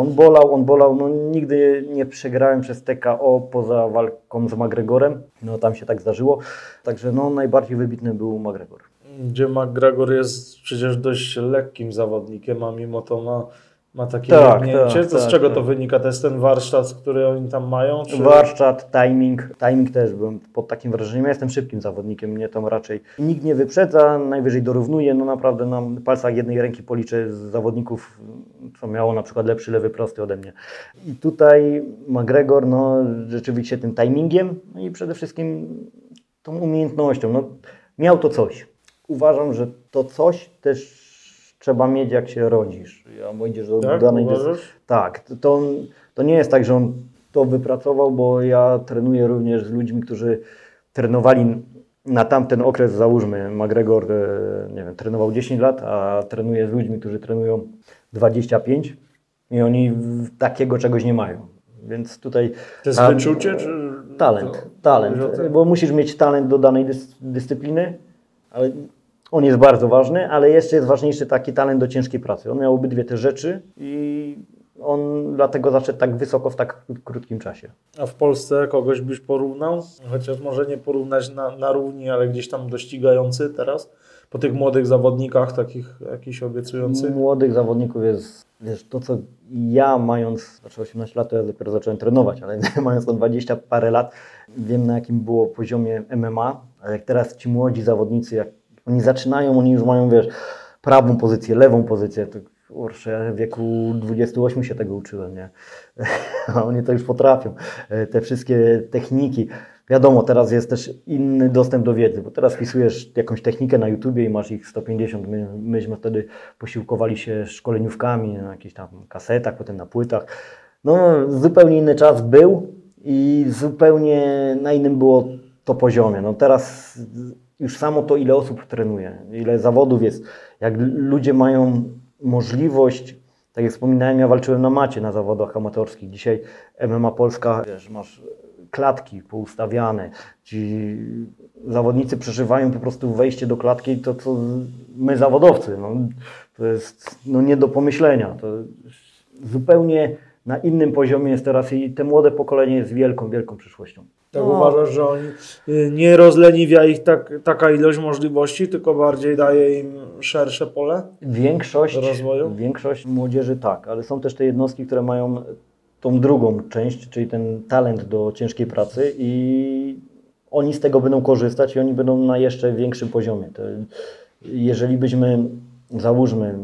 S1: bolał. No, nigdy nie przegrałem przez TKO poza walką z McGregorem. No tam się tak zdarzyło. Także no najbardziej wybitny był McGregor.
S2: Gdzie McGregor jest przecież dość lekkim zawodnikiem, a mimo to ma takie biegnięcie. Z czego to wynika? To jest ten warsztat, który oni tam mają? Czy...
S1: Warsztat, timing też byłem pod takim wrażeniem. Ja jestem szybkim zawodnikiem, mnie tam raczej nikt nie wyprzedza, najwyżej dorównuje. No naprawdę na palcach jednej ręki policzę z zawodników, co miało na przykład lepszy lewy prosty ode mnie. I tutaj McGregor, no rzeczywiście tym timingiem, no i przede wszystkim tą umiejętnością. No, miał to coś. Uważam, że to coś też trzeba mieć, jak się rodzisz. Ja idziesz do danej tak, to nie jest tak, że on to wypracował, bo ja trenuję również z ludźmi, którzy trenowali na tamten okres, załóżmy, McGregor, nie wiem, trenował 10 lat, a trenuję z ludźmi, którzy trenują 25 i oni takiego czegoś nie mają. Więc tutaj...
S2: To jest wyczucie? Czy...
S1: Talent, bo musisz mieć talent do danej dyscypliny, ale on jest bardzo ważny, ale jeszcze jest ważniejszy taki talent do ciężkiej pracy. On miał obydwie te rzeczy i on dlatego zaszedł tak wysoko w tak krótkim czasie.
S2: A w Polsce kogoś byś porównał? Chociaż może nie porównać na równi, ale gdzieś tam dościgający teraz? Po tych młodych zawodnikach, takich jakichś obiecujących?
S1: Młodych zawodników jest, wiesz, to co ja mając, 18 lat, to ja dopiero zacząłem trenować, ale mając 20 parę lat, wiem na jakim było poziomie MMA, a jak teraz ci młodzi zawodnicy, jak oni zaczynają, oni już mają, wiesz, prawą pozycję, lewą pozycję, to Kurczę, ja w wieku 28 się tego uczyłem, nie? A oni to już potrafią. Te wszystkie techniki. Wiadomo, teraz jest też inny dostęp do wiedzy, bo teraz wpisujesz jakąś technikę na YouTubie i masz ich 150. Myśmy wtedy posiłkowali się szkoleniówkami na jakichś tam kasetach, potem na płytach. No, zupełnie inny czas był i zupełnie na innym było to poziomie. No teraz już samo to, ile osób trenuje, ile zawodów jest, jak ludzie mają możliwość, tak jak wspominałem, ja walczyłem na macie na zawodach amatorskich. Dzisiaj MMA Polska, wiesz, masz klatki poustawiane, ci zawodnicy przeżywają po prostu wejście do klatki, to co my zawodowcy, no, to jest no, nie do pomyślenia. To zupełnie na innym poziomie jest teraz i te młode pokolenie jest wielką, wielką przyszłością.
S2: Tak uważasz, że oni nie rozleniwia ich taka ilość możliwości, tylko bardziej daje im szersze pole rozwoju?
S1: Większość młodzieży tak, ale są też te jednostki, które mają tą drugą część, czyli ten talent do ciężkiej pracy i oni z tego będą korzystać i oni będą na jeszcze większym poziomie. To jeżeli byśmy, załóżmy,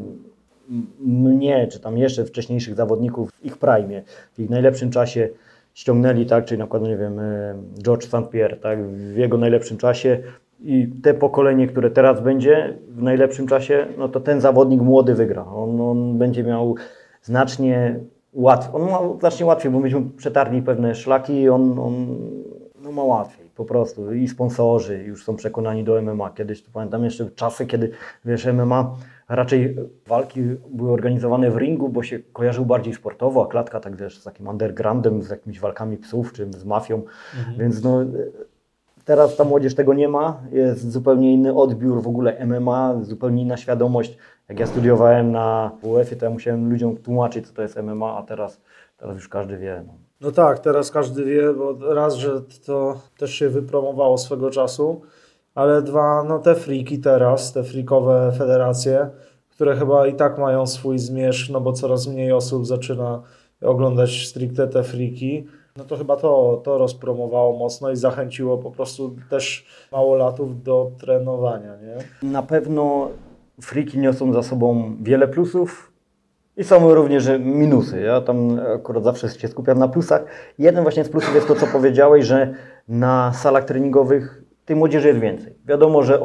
S1: mnie, czy tam jeszcze wcześniejszych zawodników w ich prime, w ich najlepszym czasie ściągnęli, tak, czyli na przykład, nie wiem, George St. Pierre, tak, w jego najlepszym czasie i te pokolenie, które teraz będzie w najlepszym czasie, no to ten zawodnik młody wygra. On będzie miał znacznie łatwiej, on ma znacznie łatwiej, bo myśmy przetarli pewne szlaki i on no, ma łatwiej po prostu. I sponsorzy już są przekonani do MMA. Kiedyś, to pamiętam jeszcze czasy, kiedy, wiesz, MMA raczej walki były organizowane w ringu, bo się kojarzył bardziej sportowo, a klatka tak, wiesz, z takim undergroundem, z jakimiś walkami psów, czy z mafią, więc no teraz ta młodzież tego nie ma, jest zupełnie inny odbiór w ogóle MMA, zupełnie inna świadomość. Jak ja studiowałem na WF-ie, to ja musiałem ludziom tłumaczyć, co to jest MMA, a teraz już każdy wie. No.
S2: No tak, teraz każdy wie, bo raz, że to też się wypromowało swego czasu, ale dwa, no te freaki teraz, te freakowe federacje, które chyba i tak mają swój zmierzch, no bo coraz mniej osób zaczyna oglądać stricte te freaki, no to chyba to rozpromowało mocno i zachęciło po prostu też małolatów do trenowania, nie?
S1: Na pewno freaki niosą za sobą wiele plusów i są również minusy. Ja tam akurat zawsze się skupiam na plusach. Jeden właśnie z plusów jest to, co powiedziałeś, że na salach treningowych tej młodzieży jest więcej. Wiadomo, że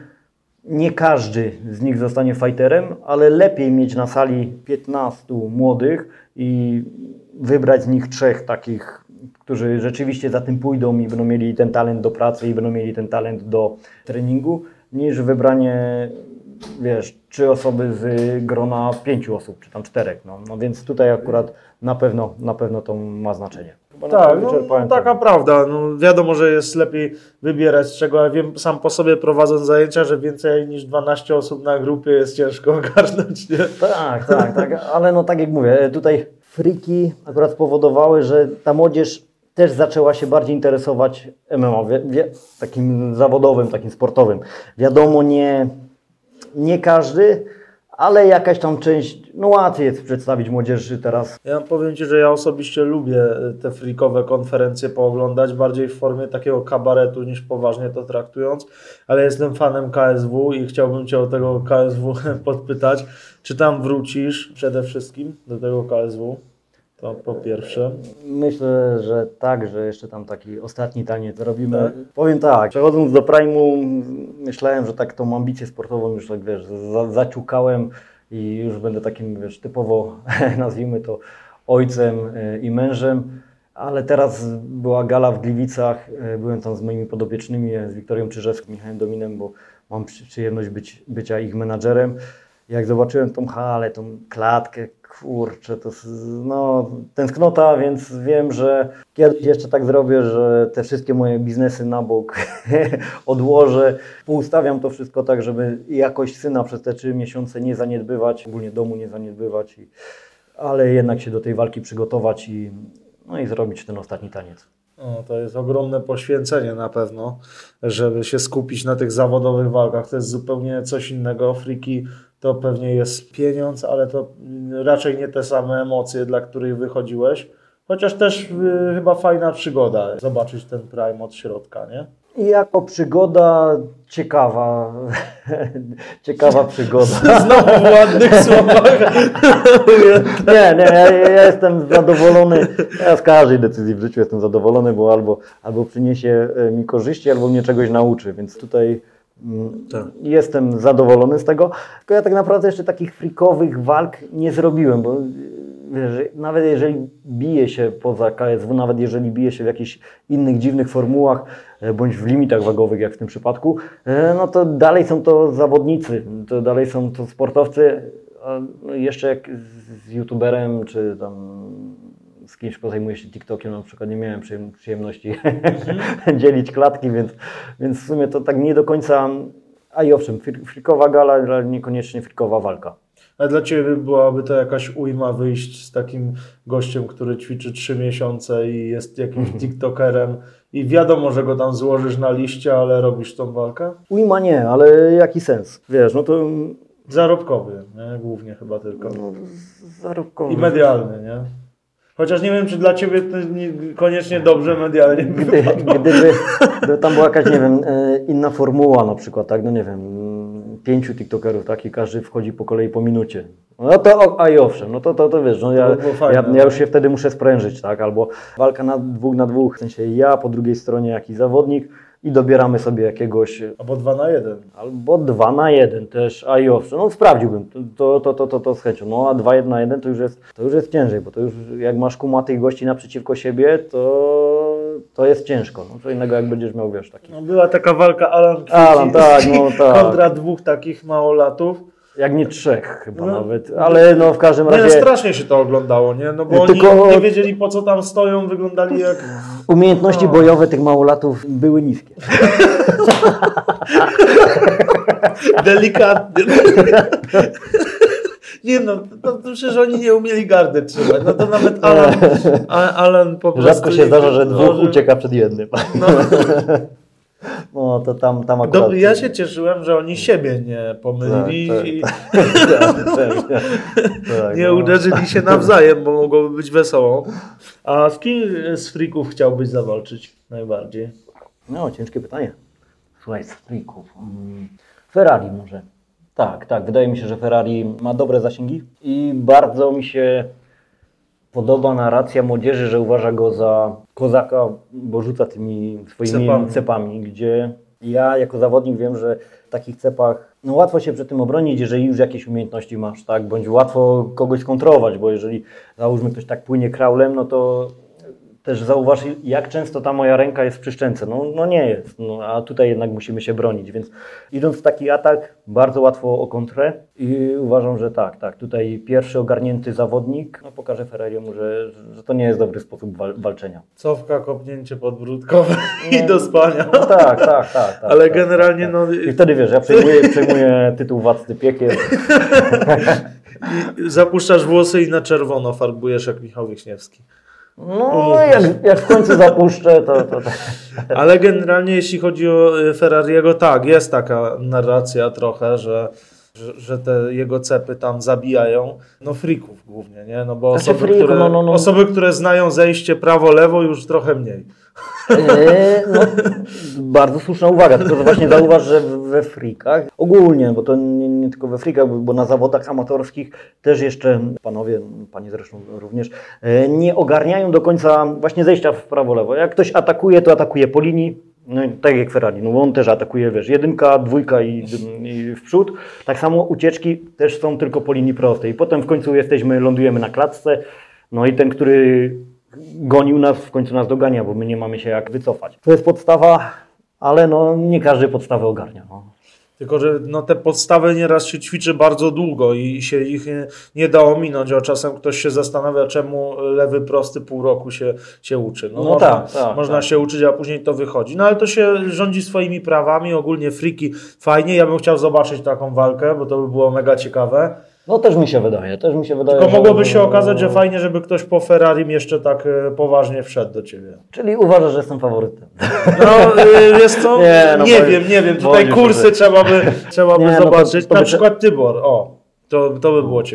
S1: nie każdy z nich zostanie fighterem, ale lepiej mieć na sali 15 młodych i wybrać z nich 3 takich, którzy rzeczywiście za tym pójdą i będą mieli ten talent do pracy i będą mieli ten talent do treningu, niż wybranie, wiesz, 3 osoby z grona 5 osób, czy tam 4. No więc tutaj akurat na pewno to ma znaczenie.
S2: Tak, no, taka prawda. No, wiadomo, że jest lepiej wybierać z czego, ale wiem sam po sobie prowadząc zajęcia, że więcej niż 12 osób na grupie jest ciężko ogarnąć, nie?
S1: Tak, ale no tak jak mówię, tutaj freaki akurat spowodowały, że ta młodzież też zaczęła się bardziej interesować MMA, takim zawodowym, takim sportowym. Wiadomo, nie każdy, ale jakaś tam część, no łatwiej jest przedstawić młodzieży teraz.
S2: Ja powiem Ci, że ja osobiście lubię te freakowe konferencje pooglądać, bardziej w formie takiego kabaretu niż poważnie to traktując, ale jestem fanem KSW i chciałbym Cię o tego KSW podpytać, czy tam wrócisz przede wszystkim do tego KSW? To po pierwsze.
S1: Myślę, że tak, że jeszcze tam taki ostatni taniec robimy. Tak? Powiem tak, przechodząc do Prime'u, myślałem, że tak tą ambicję sportową już tak, wiesz, zaciukałem i już będę takim, wiesz, typowo, nazwijmy to, ojcem i mężem. Ale teraz była gala w Gliwicach, byłem tam z moimi podopiecznymi, z Wiktorią Czyżewską, Michałem Dominem, bo mam przyjemność bycia ich menadżerem. Jak zobaczyłem tą halę, tą klatkę, kurczę, to no, tęsknota, więc wiem, że kiedyś jeszcze tak zrobię, że te wszystkie moje biznesy na bok odłożę. Poustawiam to wszystko tak, żeby jakoś syna przez te 3 miesiące nie zaniedbywać, ogólnie domu nie zaniedbywać, ale jednak się do tej walki przygotować i zrobić ten ostatni taniec.
S2: No, to jest ogromne poświęcenie na pewno, żeby się skupić na tych zawodowych walkach. To jest zupełnie coś innego. Freaki to pewnie jest pieniądz, ale to raczej nie te same emocje, dla których wychodziłeś. Chociaż też chyba fajna przygoda zobaczyć ten Prime od środka, nie?
S1: I jako przygoda ciekawa, ciekawa przygoda.
S2: Znowu w ładnych słowach.
S1: Nie, ja jestem zadowolony. Ja z każdej decyzji w życiu jestem zadowolony, bo albo przyniesie mi korzyści, albo mnie czegoś nauczy, więc tutaj
S2: Tak.
S1: jestem zadowolony z tego. Tylko ja tak naprawdę jeszcze takich freakowych walk nie zrobiłem, bo wiesz, nawet jeżeli bije się poza KSW, nawet jeżeli bije się w jakichś innych dziwnych formułach, bądź w limitach wagowych, jak w tym przypadku, no to dalej są to zawodnicy, to dalej są to sportowcy, a jeszcze jak z youtuberem, czy tam z kimś, kto zajmuje się TikTokiem, na przykład nie miałem przyjemności dzielić klatki, więc w sumie to tak nie do końca, a i owszem, freakowa gala, ale niekoniecznie freakowa walka.
S2: A dla Ciebie byłaby to jakaś ujma wyjść z takim gościem, który ćwiczy 3 miesiące i jest jakimś TikTokerem i wiadomo, że go tam złożysz na liście, ale robisz tą walkę?
S1: Ujma nie, ale jaki sens? Wiesz, no to...
S2: Zarobkowy, nie? Głównie chyba tylko.
S1: No, zarobkowy.
S2: I medialny, nie? Chociaż nie wiem, czy dla Ciebie to koniecznie dobrze medialnie
S1: Gdyby tam była jakaś, nie wiem, inna formuła na przykład, tak, no nie wiem, 5 TikTokerów, tak, i każdy wchodzi po kolei po minucie. No to, a i owszem, no to wiesz, no ja już się wtedy muszę sprężyć, tak, albo walka na 2 na 2, w sensie ja, po drugiej stronie jakiś zawodnik i dobieramy sobie jakiegoś...
S2: Albo 2 na 1.
S1: Albo 2 na 1 też, a i owszem, no sprawdziłbym, to z chęcią, no a 2 na 1 to już jest ciężej, bo to już jak masz kumatych gości naprzeciwko siebie, to jest ciężko, no co innego jak będziesz miał, wiesz, taki...
S2: No, była taka walka Alan,
S1: tak, no tak.
S2: kontra 2 takich małolatów.
S1: Jak nie 3 chyba nawet, ale no w każdym razie...
S2: Nie, strasznie się to oglądało, nie? No bo
S1: Tylko...
S2: oni nie wiedzieli, po co tam stoją, wyglądali jak...
S1: Umiejętności bojowe tych małolatów były niskie.
S2: Delikatnie. Nie no, to przecież oni nie umieli gardy trzymać. No to nawet Alan po prostu...
S1: Rzadko się zdarza, że 2 ucieka przed jednym.
S2: No.
S1: No to tam akurat...
S2: Ja się cieszyłem, że oni siebie nie pomylili i nie uderzyli się nawzajem, bo mogłoby być wesoło. A z kim z freaków chciałbyś zawalczyć najbardziej?
S1: No, ciężkie pytanie. Słuchaj, z freaków. Ferrari może. Tak. Wydaje mi się, że Ferrari ma dobre zasięgi i bardzo mi się podoba narracja młodzieży, że uważa go za kozaka, bo rzuca tymi swoimi cepami, gdzie ja jako zawodnik wiem, że w takich cepach no łatwo się przed tym obronić, jeżeli już jakieś umiejętności masz, tak? Bądź łatwo kogoś skontrować, bo jeżeli załóżmy ktoś tak płynie kraulem, no to też zauważ, jak często ta moja ręka jest przy szczęce. No nie jest, a tutaj jednak musimy się bronić, więc idąc w taki atak, bardzo łatwo o kontrę i uważam, że tak, tutaj pierwszy ogarnięty zawodnik pokaże Ferrariemu, że to nie jest dobry sposób walczenia.
S2: Cofka, kopnięcie podbródkowe i do spania.
S1: No tak.
S2: Ale generalnie no...
S1: I wtedy wiesz, ja przejmuję tytuł władcy piekiel.
S2: I zapuszczasz włosy i na czerwono farbujesz jak Michał Wiśniewski.
S1: No, jak w końcu zapuszczę, to...
S2: Ale generalnie jeśli chodzi o Ferrariego, tak, jest taka narracja trochę, że te jego cepy tam zabijają, no freaków głównie, nie? No bo osoby, które znają zejście prawo-lewo już trochę mniej.
S1: No, bardzo słuszna uwaga, tylko że właśnie zauważ, że we freakach, ogólnie, bo to nie tylko we freakach, bo na zawodach amatorskich też jeszcze panowie, panie zresztą również, nie ogarniają do końca właśnie zejścia w prawo-lewo. Jak ktoś atakuje, to atakuje po linii, no i tak jak Ferrari, no bo on też atakuje, wiesz, 1, 2 i w przód. Tak samo ucieczki też są tylko po linii prostej. I potem w końcu lądujemy na klatce, no i ten, który gonił nas, w końcu nas dogania, bo my nie mamy się jak wycofać. To jest podstawa, ale no nie każdy podstawę ogarnia. No.
S2: Tylko, że no, te podstawy nieraz się ćwiczy bardzo długo i się ich nie da ominąć, a czasem ktoś się zastanawia, czemu lewy prosty pół roku się uczy. No można się uczyć, a później to wychodzi. No ale to się rządzi swoimi prawami, ogólnie freaki fajnie. Ja bym chciał zobaczyć taką walkę, bo to by było mega ciekawe.
S1: No też mi się wydaje.
S2: Tylko mogłoby się okazać, że fajnie, żeby ktoś po Ferrari jeszcze tak poważnie wszedł do Ciebie.
S1: Czyli uważasz, że jestem faworytem.
S2: No, wiesz co? Nie wiem. Tutaj kursy trzeba by zobaczyć. Na przykład Tybor. To by było ciekawe.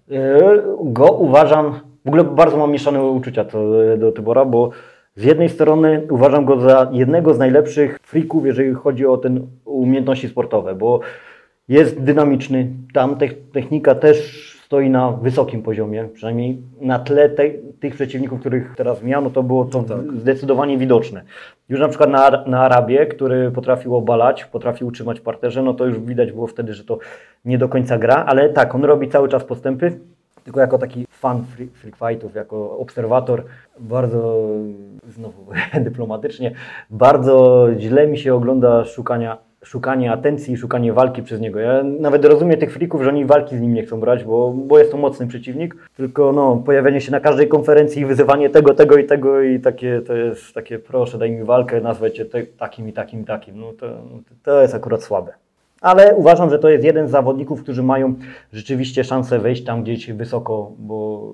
S1: Go uważam, w ogóle bardzo mam mieszane uczucia do Tybora, bo z jednej strony uważam go za jednego z najlepszych freaków, jeżeli chodzi o ten umiejętności sportowe, bo jest dynamiczny, tam technika też stoi na wysokim poziomie, przynajmniej na tle tych przeciwników, których teraz miał, to było to zdecydowanie widoczne. Już na przykład na Arabie, który potrafił obalać, potrafił utrzymać w parterze, to już widać było wtedy, że to nie do końca gra, ale tak, on robi cały czas postępy, tylko jako taki fan freak fightów, jako obserwator, bardzo, znowu dyplomatycznie, bardzo źle mi się ogląda szukanie atencji i szukanie walki przez niego. Ja nawet rozumiem tych frików, że oni walki z nim nie chcą brać, bo jest to mocny przeciwnik, tylko pojawianie się na każdej konferencji i wyzywanie tego i tego i takie, to jest takie, proszę daj mi walkę, nazwę cię takim i takim i takim. To jest akurat słabe. Ale uważam, że to jest jeden z zawodników, którzy mają rzeczywiście szansę wejść tam gdzieś wysoko, bo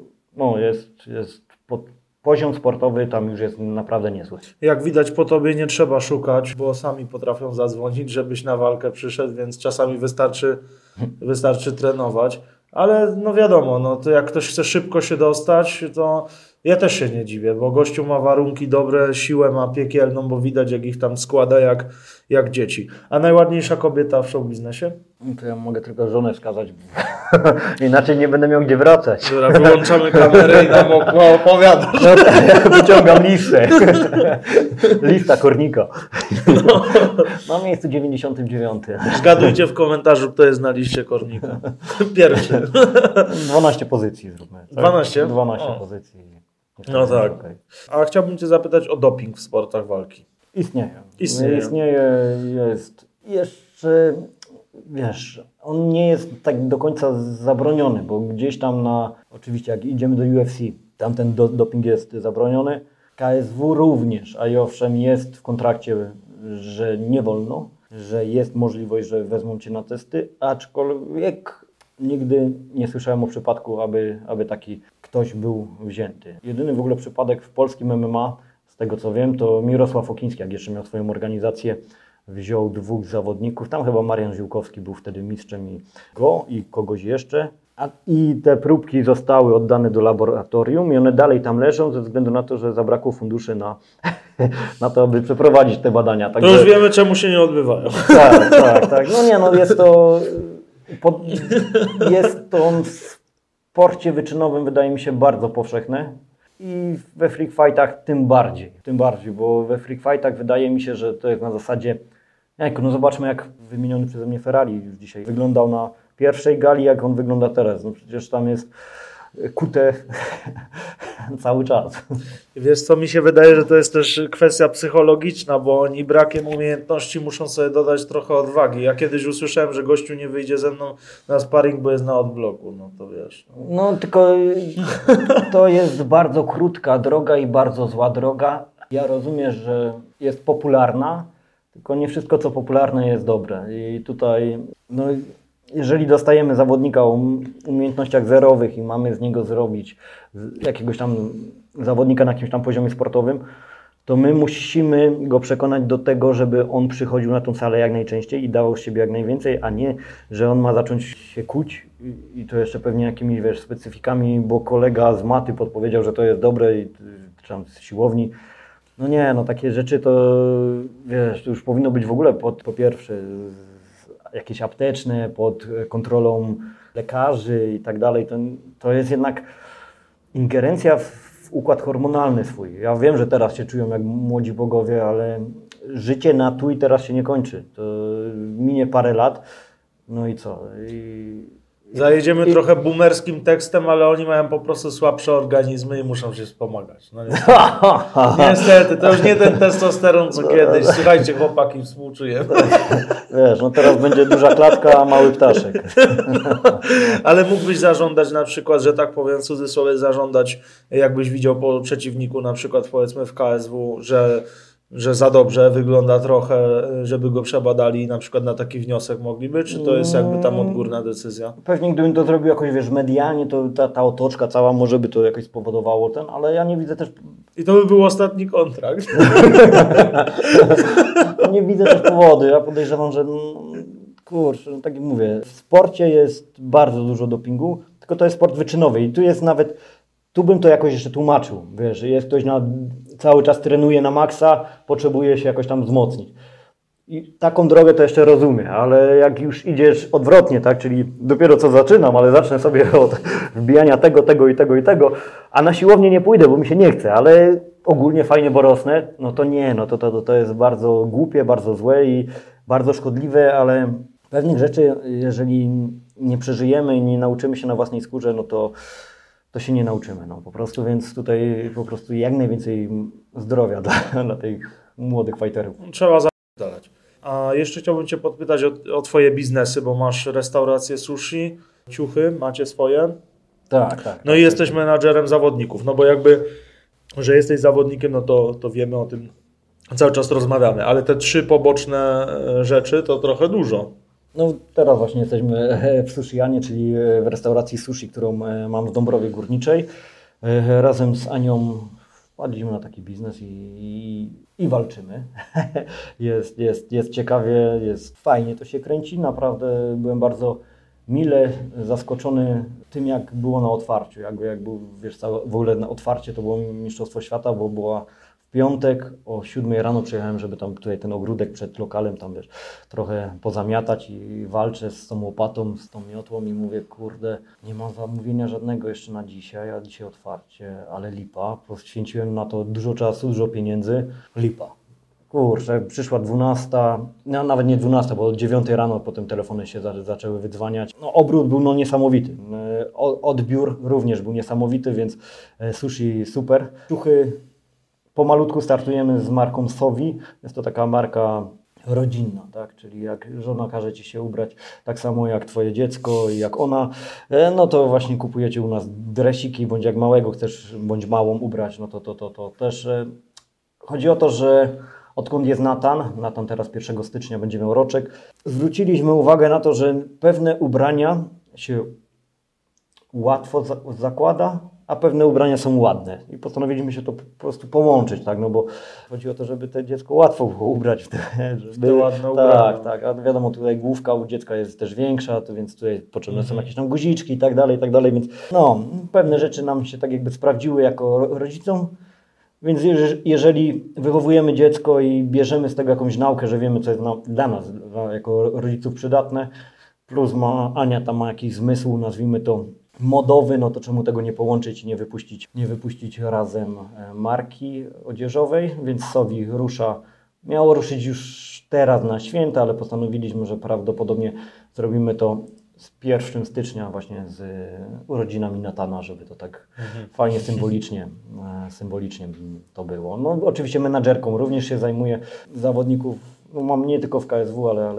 S1: poziom sportowy tam już jest naprawdę niezły.
S2: Jak widać po tobie nie trzeba szukać, bo sami potrafią zadzwonić, żebyś na walkę przyszedł, więc czasami wystarczy trenować. Ale wiadomo, to jak ktoś chce szybko się dostać, to ja też się nie dziwię, bo gościu ma warunki dobre, siłę ma piekielną, bo widać jak ich tam składa jak dzieci. A najładniejsza kobieta w showbiznesie?
S1: To ja mogę tylko żonę wskazać, inaczej nie będę miał gdzie wracać.
S2: Dobra, wyłączamy kamerę i nam opowiadasz.
S1: Ja wyciągam listę. Lista Kornika. Na miejscu 99.
S2: Zgadujcie w komentarzu, kto jest na liście Kornika. Pierwszy.
S1: 12 pozycji zróbmy. Tak?
S2: 12?
S1: 12 pozycji.
S2: No tak. Okay. A chciałbym Cię zapytać o doping w sportach walki.
S1: Istnieje, jest jeszcze, wiesz, on nie jest tak do końca zabroniony, bo gdzieś tam oczywiście jak idziemy do UFC, tam ten doping jest zabroniony, KSW również, a i owszem jest w kontrakcie, że nie wolno, że jest możliwość, że wezmą Cię na testy, aczkolwiek nigdy nie słyszałem o przypadku, aby taki ktoś był wzięty. Jedyny w ogóle przypadek w polskim MMA, z tego co wiem, to Mirosław Okiński, jak jeszcze miał swoją organizację, wziął 2 zawodników. Tam chyba Marian Ziółkowski był wtedy mistrzem i kogoś jeszcze. I te próbki zostały oddane do laboratorium i one dalej tam leżą ze względu na to, że zabrakło funduszy na to, aby przeprowadzić te badania.
S2: Także... To już wiemy, czemu się nie odbywają.
S1: Tak. Jest to w sporcie wyczynowym, wydaje mi się, bardzo powszechne i we freak fightach tym bardziej, bo we freak fightach wydaje mi się, że to jest na zasadzie, zobaczmy jak wymieniony przeze mnie Ferrari już dzisiaj wyglądał na pierwszej gali, jak on wygląda teraz. Przecież tam jest kute cały czas.
S2: Wiesz co, mi się wydaje, że to jest też kwestia psychologiczna, bo oni brakiem umiejętności muszą sobie dodać trochę odwagi. Ja kiedyś usłyszałem, że gościu nie wyjdzie ze mną na sparring, bo jest na odbloku, to wiesz.
S1: Tylko to jest bardzo krótka droga i bardzo zła droga. Ja rozumiem, że jest popularna, tylko nie wszystko co popularne jest dobre. I tutaj, jeżeli dostajemy zawodnika o umiejętnościach zerowych i mamy z niego zrobić jakiegoś tam zawodnika na jakimś tam poziomie sportowym, to my musimy go przekonać do tego, żeby on przychodził na tą salę jak najczęściej i dawał z siebie jak najwięcej, a nie, że on ma zacząć się kuć i to jeszcze pewnie jakimiś specyfikami, bo kolega z maty podpowiedział, że to jest dobre i czy tam z siłowni. Takie rzeczy to, to już powinno być w ogóle po pierwsze jakieś apteczne, pod kontrolą lekarzy i tak dalej. To jest jednak ingerencja w układ hormonalny swój. Ja wiem, że teraz się czują jak młodzi bogowie, ale życie na tu i teraz się nie kończy. To minie parę lat, i co?
S2: Zajedziemy trochę boomerskim tekstem, ale oni mają po prostu słabsze organizmy i muszą się wspomagać. Niestety, to już nie ten testosteron co kiedyś. Słuchajcie chłopaki, współczujemy.
S1: Wiesz, teraz będzie duża klatka, a mały ptaszek.
S2: Ale mógłbyś zażądać na przykład, że tak powiem w cudzysłowie, zażądać, jakbyś widział po przeciwniku na przykład powiedzmy w KSW, że za dobrze wygląda trochę, żeby go przebadali i na przykład na taki wniosek mogliby, czy to jest jakby tam odgórna decyzja?
S1: Pewnie gdybym to zrobił jakoś, medialnie, to ta otoczka cała może by to jakoś spowodowało ale ja nie widzę też...
S2: I to by był ostatni kontrakt.
S1: Nie widzę też powodu. Ja podejrzewam, że Kurczę, no tak jak mówię, w sporcie jest bardzo dużo dopingu, tylko to jest sport wyczynowy i tu jest nawet, tu bym to jakoś jeszcze tłumaczył, wiesz, jest ktoś cały czas trenuje na maksa, potrzebuje się jakoś tam wzmocnić. I taką drogę to jeszcze rozumiem, ale jak już idziesz odwrotnie, tak, czyli dopiero co zaczynam, ale zacznę sobie od wbijania tego i tego, a na siłownię nie pójdę, bo mi się nie chce, ale ogólnie fajnie, bo rosnę, no to nie, no to jest bardzo głupie, bardzo złe i bardzo szkodliwe, ale pewnych rzeczy, jeżeli nie przeżyjemy i nie nauczymy się na własnej skórze, no to się nie nauczymy, no po prostu, więc tutaj po prostu jak najwięcej zdrowia dla tych młodych fighterów.
S2: Trzeba zadać. A jeszcze chciałbym Cię podpytać o Twoje biznesy, bo masz restaurację sushi, ciuchy, macie swoje.
S1: Tak.
S2: No i jesteś menadżerem zawodników, no bo jakby, że jesteś zawodnikiem, no to wiemy o tym, cały czas rozmawiamy, ale te 3 poboczne rzeczy to trochę dużo.
S1: No teraz właśnie jesteśmy w Sushianie, czyli w restauracji sushi, którą mam w Dąbrowie Górniczej. Razem z Anią wpadliśmy na taki biznes i walczymy. Jest ciekawie, jest fajnie, to się kręci. Naprawdę byłem bardzo mile zaskoczony tym, jak było na otwarciu. Jak był, wiesz, w ogóle na otwarcie to było Mistrzostwo Świata, bo była w piątek o 7 rano przyjechałem, żeby tam tutaj ten ogródek przed lokalem tam, wiesz, trochę pozamiatać i walczę z tą łopatą, z tą miotłą i mówię, kurde, nie mam zamówienia żadnego jeszcze na dzisiaj, a dzisiaj otwarcie, ale lipa. Poświęciłem na to dużo czasu, dużo pieniędzy, lipa. Kurczę, przyszła 12, no nawet nie 12, bo od 9 rano potem telefony się zaczęły wydzwaniać. No, obrót był niesamowity. Odbiór również był niesamowity, więc sushi super. Ciuchy pomalutku startujemy z marką Sowi. Jest to taka marka rodzinna, tak? Czyli jak żona każe Ci się ubrać tak samo jak Twoje dziecko i jak ona, no to właśnie kupujecie u nas dresiki, bądź jak małego chcesz, bądź małą ubrać, no to też chodzi o to, że odkąd jest Natan teraz 1 stycznia będzie miał roczek, zwróciliśmy uwagę na to, że pewne ubrania się łatwo zakłada, a pewne ubrania są ładne. I postanowiliśmy się to po prostu połączyć, tak? No bo chodzi o to, żeby to dziecko łatwo było ubrać w
S2: te ładne ubrania.
S1: Tak, a wiadomo, tutaj główka u dziecka jest też większa, to więc tutaj potrzebne są jakieś tam guziczki i tak dalej, więc no, pewne rzeczy nam się tak jakby sprawdziły jako rodzicom. Więc jeżeli wychowujemy dziecko i bierzemy z tego jakąś naukę, że wiemy, co jest dla nas, jako rodziców przydatne, plus Ania tam ma jakiś zmysł, nazwijmy to modowy, no to czemu tego nie połączyć i nie wypuścić razem marki odzieżowej, więc Sowi miało ruszyć już teraz na święta, ale postanowiliśmy, że prawdopodobnie zrobimy to z 1 stycznia właśnie z urodzinami Natana, żeby to tak fajnie symbolicznie to było. No oczywiście menadżerką również się zajmuję zawodników, no mam nie tylko w KSW, ale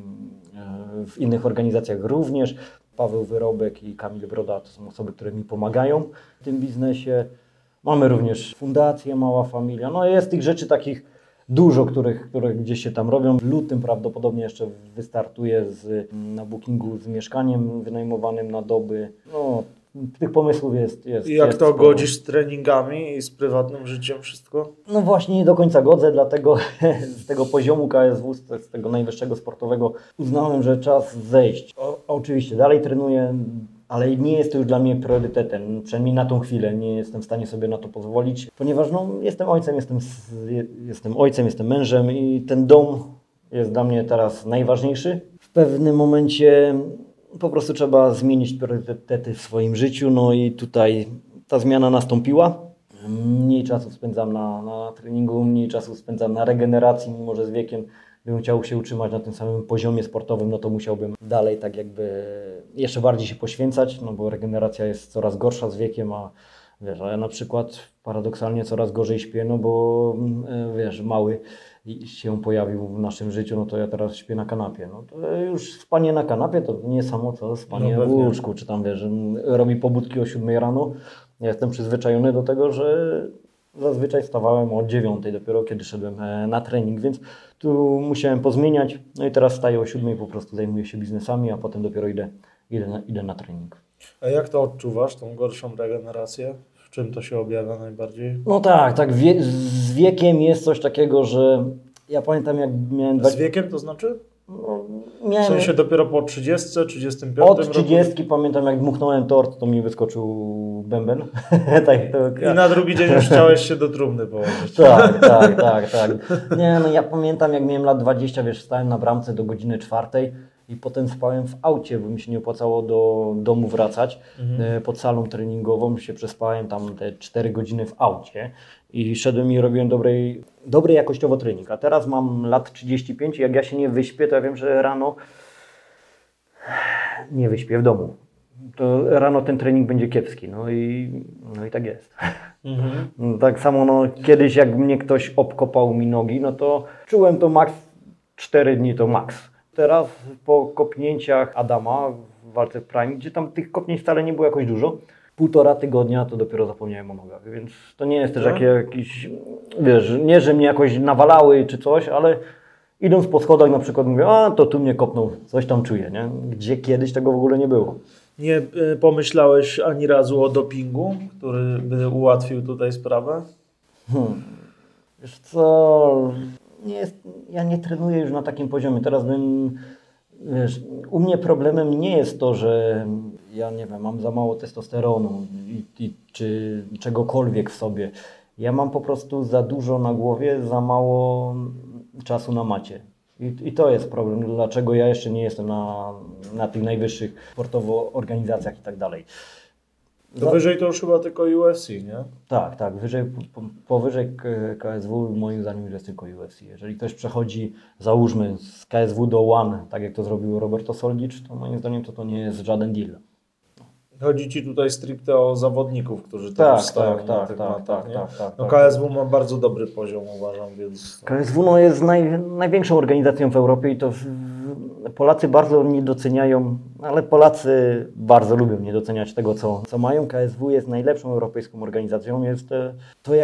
S1: w innych organizacjach również. Paweł Wyrobek i Kamil Broda to są osoby, które mi pomagają w tym biznesie. Mamy również fundację Mała Familia. No jest tych rzeczy takich dużo, które gdzieś się tam robią. W lutym prawdopodobnie jeszcze wystartuję na bookingu z mieszkaniem wynajmowanym na doby. No, tych pomysłów jest.
S2: I jak
S1: jest
S2: to
S1: sporo.
S2: godzisz z treningami i z prywatnym życiem wszystko?
S1: No właśnie nie do końca godzę, dlatego z tego poziomu KSW, z tego najwyższego sportowego uznałem, że czas zejść. Oczywiście dalej trenuję, ale nie jest to już dla mnie priorytetem, przynajmniej na tą chwilę nie jestem w stanie sobie na to pozwolić, ponieważ no, jestem ojcem, jestem mężem i ten dom jest dla mnie teraz najważniejszy. W pewnym momencie po prostu trzeba zmienić priorytety w swoim życiu, no i tutaj ta zmiana nastąpiła. Mniej czasu spędzam na treningu, mniej czasu spędzam na regeneracji, mimo że z wiekiem bym chciał się utrzymać na tym samym poziomie sportowym, no to musiałbym dalej tak jakby jeszcze bardziej się poświęcać, no bo regeneracja jest coraz gorsza z wiekiem, a wiesz, a ja na przykład paradoksalnie coraz gorzej śpię, no bo wiesz, mały się pojawił w naszym życiu, no to ja teraz śpię na kanapie. No to już spanie na kanapie to nie samo co spanie w łóżku, czy tam wiesz, robi pobudki o 7 rano. Ja jestem przyzwyczajony do tego, że zazwyczaj wstawałem o 9 dopiero, kiedy szedłem na trening, więc tu musiałem pozmieniać. No i teraz wstaję o 7 i po prostu zajmuję się biznesami, a potem dopiero idę na trening.
S2: A jak to odczuwasz, tą gorszą regenerację? W czym to się objawia najbardziej?
S1: No tak, z wiekiem jest coś takiego, że ja pamiętam jak miałem...
S2: Z wiekiem to znaczy?
S1: No,
S2: W
S1: miałem...
S2: sensie dopiero po 30, 35
S1: Od
S2: roku?
S1: 30 pamiętam, jak dmuchnąłem tort, to mi wyskoczył bęben. Tak,
S2: I na drugi dzień już chciałeś się do trumny położyć.
S1: tak. Nie, no ja pamiętam, jak miałem lat 20, wiesz, stałem na bramce do godziny 4 i potem spałem w aucie, bo mi się nie opłacało do domu wracać. Pod salą treningową się przespałem tam te 4 godziny w aucie i szedłem i robiłem dobry jakościowo trening. A teraz mam lat 35 i jak ja się nie wyśpię, to ja wiem, że rano nie wyśpię w domu. To rano ten trening będzie kiepski, no i tak jest. Tak samo no, kiedyś jak mnie ktoś obkopał mi nogi, no to czułem to max 4 dni to max. Teraz po kopnięciach Adama w walce w Prime, gdzie tam tych kopnięć wcale nie było jakoś dużo, 1,5 tygodnia to dopiero zapomniałem o nogach, więc to nie jest też jakiś, wiesz, nie, że mnie jakoś nawalały czy coś, ale idąc po schodach na przykład mówię, a to tu mnie kopnął, coś tam czuję, nie? Gdzie kiedyś tego w ogóle nie było.
S2: Nie pomyślałeś ani razu o dopingu, który by ułatwił tutaj sprawę?
S1: Wiesz co, ja nie trenuję już na takim poziomie. Teraz wiesz, u mnie problemem nie jest to, że ja nie wiem, mam za mało testosteronu czy czegokolwiek w sobie. Ja mam po prostu za dużo na głowie, za mało czasu na macie. I to jest problem, dlaczego ja jeszcze nie jestem na tych najwyższych sportowo organizacjach i tak dalej.
S2: To wyżej to już chyba tylko UFC, nie?
S1: Tak, powyżej KSW moim zdaniem już jest tylko UFC. Jeżeli ktoś przechodzi, załóżmy, z KSW do One, tak jak to zrobił Roberto Soldic, to moim zdaniem to nie jest żaden deal.
S2: Chodzi Ci tutaj stricte o zawodników, którzy tam stoją na tych matach, nie? No KSW ma bardzo dobry poziom, uważam, więc...
S1: KSW no, jest największą organizacją w Europie i to Polacy bardzo nie doceniają, ale Polacy bardzo lubią nie doceniać tego, co mają. KSW jest najlepszą europejską organizacją, jest to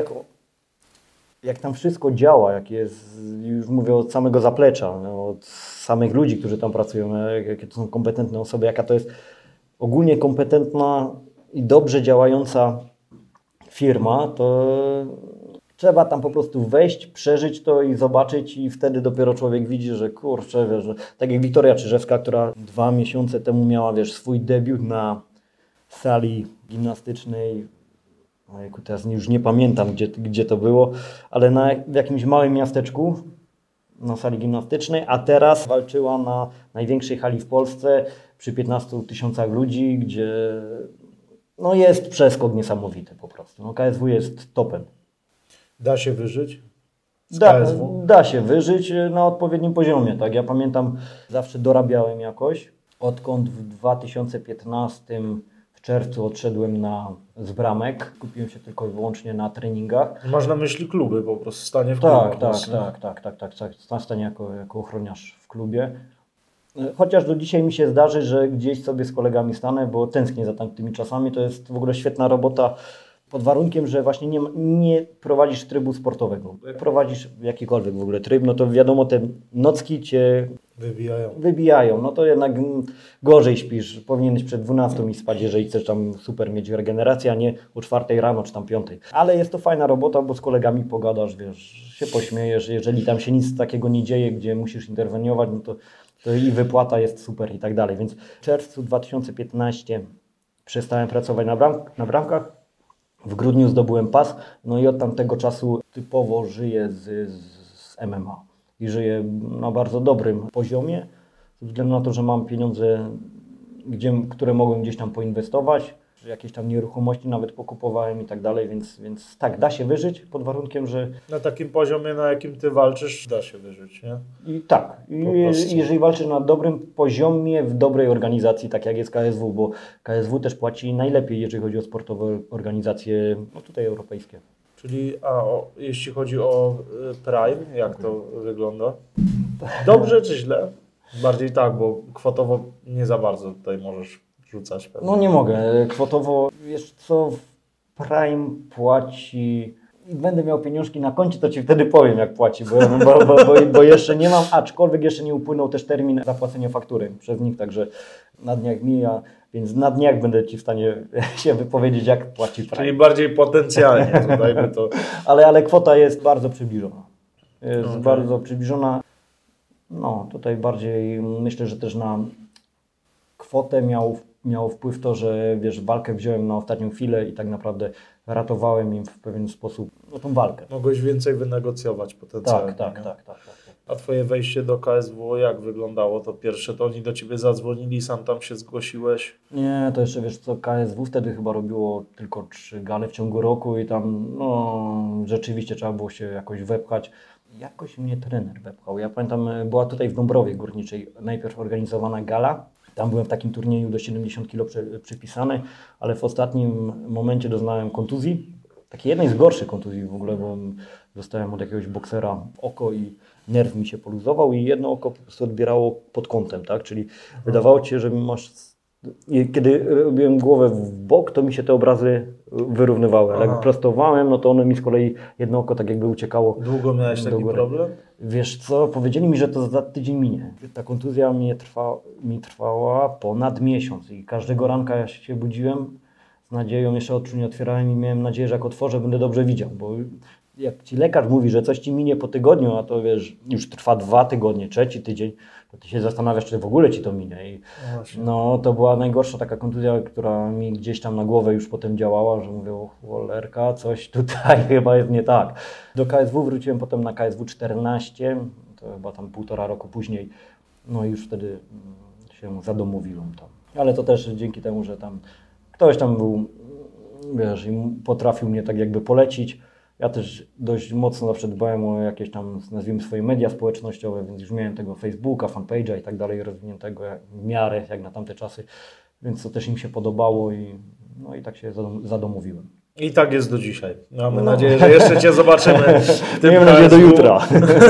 S1: jak tam wszystko działa, jak jest, już mówię od samego zaplecza, no, od samych ludzi, którzy tam pracują, jakie to są kompetentne osoby, jaka to jest ogólnie kompetentna i dobrze działająca firma, to trzeba tam po prostu wejść, przeżyć to i zobaczyć i wtedy dopiero człowiek widzi, że kurczę, wiesz, że tak jak Wiktoria Czyżewska, która 2 miesiące temu miała, wiesz, swój debiut na sali gimnastycznej, ojejku, teraz już nie pamiętam, gdzie to było, ale w jakimś małym miasteczku na sali gimnastycznej, a teraz walczyła na największej hali w Polsce przy 15 000 ludzi, gdzie no jest przeskok niesamowity po prostu. No, KSW jest topem.
S2: Da się wyżyć?
S1: Da się wyżyć na odpowiednim poziomie. Tak? Ja pamiętam, zawsze dorabiałem jakoś. Odkąd w 2015 w czerwcu odszedłem z bramek, kupiłem się tylko i wyłącznie na treningach.
S2: Masz na myśli kluby po prostu, stanie w klubie?
S1: Tak. Stanie jako ochroniarz w klubie. Chociaż do dzisiaj mi się zdarzy, że gdzieś sobie z kolegami stanę, bo tęsknię za tamtymi czasami. To jest w ogóle świetna robota pod warunkiem, że właśnie nie prowadzisz trybu sportowego. Jak prowadzisz jakikolwiek w ogóle tryb, no to wiadomo, te nocki cię wybijają. No to jednak gorzej śpisz. Powinieneś przed 12 i spać, jeżeli chcesz tam super mieć regenerację, a nie o 4 rano czy tam 5. Ale jest to fajna robota, bo z kolegami pogadasz, wiesz, się pośmiejesz. Jeżeli tam się nic takiego nie dzieje, gdzie musisz interweniować, no to i wypłata jest super i tak dalej. Więc w czerwcu 2015 przestałem pracować na bramkach. W grudniu zdobyłem pas, no i od tamtego czasu typowo żyję z MMA. I żyję na bardzo dobrym poziomie, ze względu na to, że mam pieniądze, które mogłem gdzieś tam poinwestować, jakieś tam nieruchomości nawet pokupowałem i tak dalej, więc tak, da się wyżyć pod warunkiem, że...
S2: Na takim poziomie, na jakim Ty walczysz, da się wyżyć, nie?
S1: I tak, jeżeli walczysz na dobrym poziomie, w dobrej organizacji, tak jak jest KSW, bo KSW też płaci najlepiej, jeżeli chodzi o sportowe organizacje, no tutaj europejskie.
S2: Czyli, jeśli chodzi o Prime, jak to wygląda? Dobrze czy źle? Bardziej tak, bo kwotowo nie za bardzo tutaj możesz rzucać. Pewnie.
S1: No nie mogę. Kwotowo, wiesz co, Prime płaci... I będę miał pieniążki na koncie, to Ci wtedy powiem, jak płaci, bo jeszcze nie mam, aczkolwiek jeszcze nie upłynął też termin zapłacenia faktury przez nich, także na dniach mija, więc na dniach będę Ci w stanie się wypowiedzieć, jak płaci Prime.
S2: Czyli bardziej potencjalnie tutaj by to...
S1: Ale kwota jest bardzo przybliżona. Jest bardzo przybliżona. No, tutaj bardziej myślę, że też na kwotę miało wpływ to, że wiesz, walkę wziąłem na ostatnią chwilę i tak naprawdę ratowałem im w pewien sposób tą walkę.
S2: Mogłeś więcej wynegocjować potencjalnie.
S1: Tak.
S2: A twoje wejście do KSW, jak wyglądało to pierwsze? To oni do ciebie zadzwonili, sam tam się zgłosiłeś?
S1: Nie, to jeszcze wiesz co, KSW wtedy chyba robiło tylko 3 gale w ciągu roku i tam rzeczywiście trzeba było się jakoś wepchać. Jakoś mnie trener wepchał. Ja pamiętam, była tutaj w Dąbrowie Górniczej najpierw organizowana gala. Tam byłem w takim turnieju do 70 kg przypisany, ale w ostatnim momencie doznałem kontuzji. Takiej jednej z gorszych kontuzji w ogóle, bo dostałem od jakiegoś boksera oko i nerw mi się poluzował i jedno oko po prostu odbierało pod kątem, tak? Czyli wydawało ci się, że masz... Kiedy robiłem głowę w bok, to mi się te obrazy wyrównywały, ale jak prostowałem, no to one mi z kolei jedno oko tak jakby uciekało.
S2: Długo miałeś taki problem?
S1: Wiesz co, powiedzieli mi, że to za tydzień minie. Ta kontuzja mi trwała ponad miesiąc i każdego ranka ja się budziłem z nadzieją, jeszcze oczu nie otwierałem i miałem nadzieję, że jak otworzę, będę dobrze widział, bo jak ci lekarz mówi, że coś ci minie po tygodniu, a to wiesz, już trwa 2 tygodnie, 3 tydzień, to ty się zastanawiasz, czy w ogóle ci to minie. I no to była najgorsza taka kontuzja, która mi gdzieś tam na głowę już potem działała, że mówię, o cholerka, coś tutaj chyba jest nie tak. Do KSW wróciłem potem na KSW 14, to chyba tam 1,5 roku później, no i już wtedy się zadomowiłem tam. Ale to też dzięki temu, że tam ktoś tam był, wiesz, i potrafił mnie tak jakby polecić. Ja też dość mocno zawsze dbałem o jakieś tam, nazwijmy swoje media społecznościowe, więc już miałem tego Facebooka, fanpage'a i tak dalej rozwiniętego w miarę jak na tamte czasy, więc to też im się podobało i tak się zadomowiłem.
S2: I tak jest do dzisiaj. Mamy nadzieję, że jeszcze Cię zobaczymy w tym
S1: Miejmy nadzieję do jutra.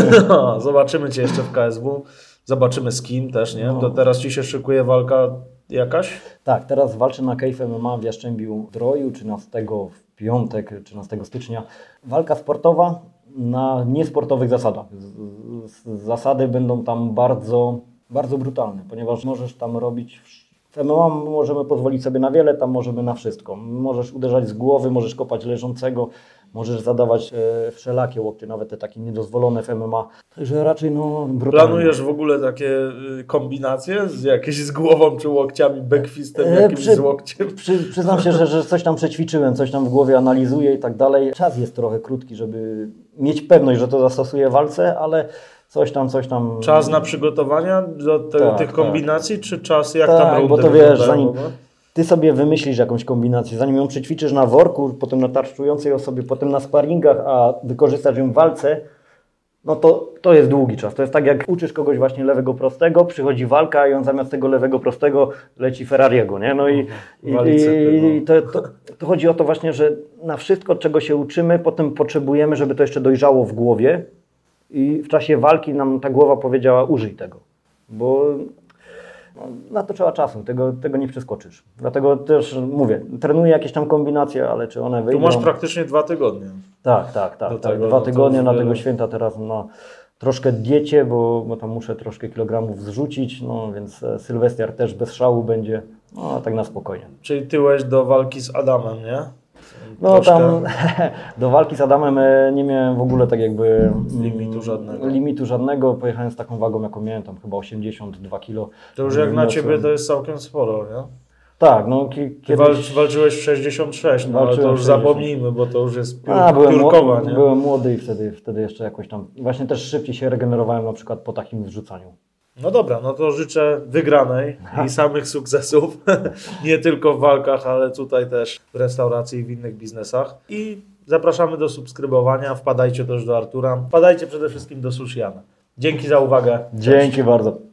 S2: No, zobaczymy Cię jeszcze w KSW. Zobaczymy z kim też, nie? To teraz Ci się szykuje walka jakaś?
S1: Tak, teraz walczę na Cave MMA w Jastrzębiu-Zdroju 13 w piątek, 13 stycznia. Walka sportowa na niesportowych zasadach. Zasady będą tam bardzo, bardzo brutalne, ponieważ możesz tam robić... W MMA możemy pozwolić sobie na wiele, tam możemy na wszystko. Możesz uderzać z głowy, możesz kopać leżącego, możesz zadawać wszelakie łokcie, nawet te takie niedozwolone w MMA. Także raczej brutalnie.
S2: Planujesz w ogóle takie kombinacje jakieś z głową czy łokciami, backfistem, jakimś z łokciem?
S1: Przyznam się, że coś tam przećwiczyłem, coś tam w głowie analizuję i tak dalej. Czas jest trochę krótki, żeby mieć pewność, że to zastosuję w walce, ale coś tam...
S2: Czas na przygotowania do tych kombinacji, czy czas jak tam rundy
S1: bo to wiesz, zanim ty sobie wymyślisz jakąś kombinację, zanim ją przećwiczysz na worku, potem na tarczującej osobie, potem na sparingach, a wykorzystasz ją w walce, no to jest długi czas. To jest tak, jak uczysz kogoś właśnie lewego prostego, przychodzi walka i on zamiast tego lewego prostego leci Ferrariego, nie? No i to chodzi o to właśnie, że na wszystko, czego się uczymy, potem potrzebujemy, żeby to jeszcze dojrzało w głowie i w czasie walki nam ta głowa powiedziała, użyj tego, bo na to trzeba czasu, tego nie przeskoczysz. Dlatego też mówię, trenuję jakieś tam kombinacje, ale czy one wyjdą...
S2: Tu masz praktycznie 2 tygodnie.
S1: Tak. 2 tygodnie na tego święta teraz na troszkę diecie, bo tam muszę troszkę kilogramów zrzucić, więc Sylwester też bez szału będzie, tak na spokojnie.
S2: Czyli tyłeś do walki z Adamem, nie?
S1: Tam do walki z Adamem nie miałem w ogóle tak jakby limitu żadnego. Pojechałem z taką wagą, jaką miałem, tam chyba 82 kg.
S2: To już jak na Ciebie to jest całkiem sporo, nie?
S1: Tak,
S2: kiedyś... walczyłeś w 66, ale to już zapomnijmy, bo to już jest piórkowa, nie?
S1: Byłem młody i wtedy jeszcze jakoś tam, właśnie też szybciej się regenerowałem na przykład po takim zrzucaniu.
S2: No dobra, no to życzę wygranej i samych sukcesów, nie tylko w walkach, ale tutaj też w restauracji i w innych biznesach. I zapraszamy do subskrybowania, wpadajcie też do Artura, wpadajcie przede wszystkim do Sushiana. Dzięki za uwagę.
S1: Dzięki bardzo.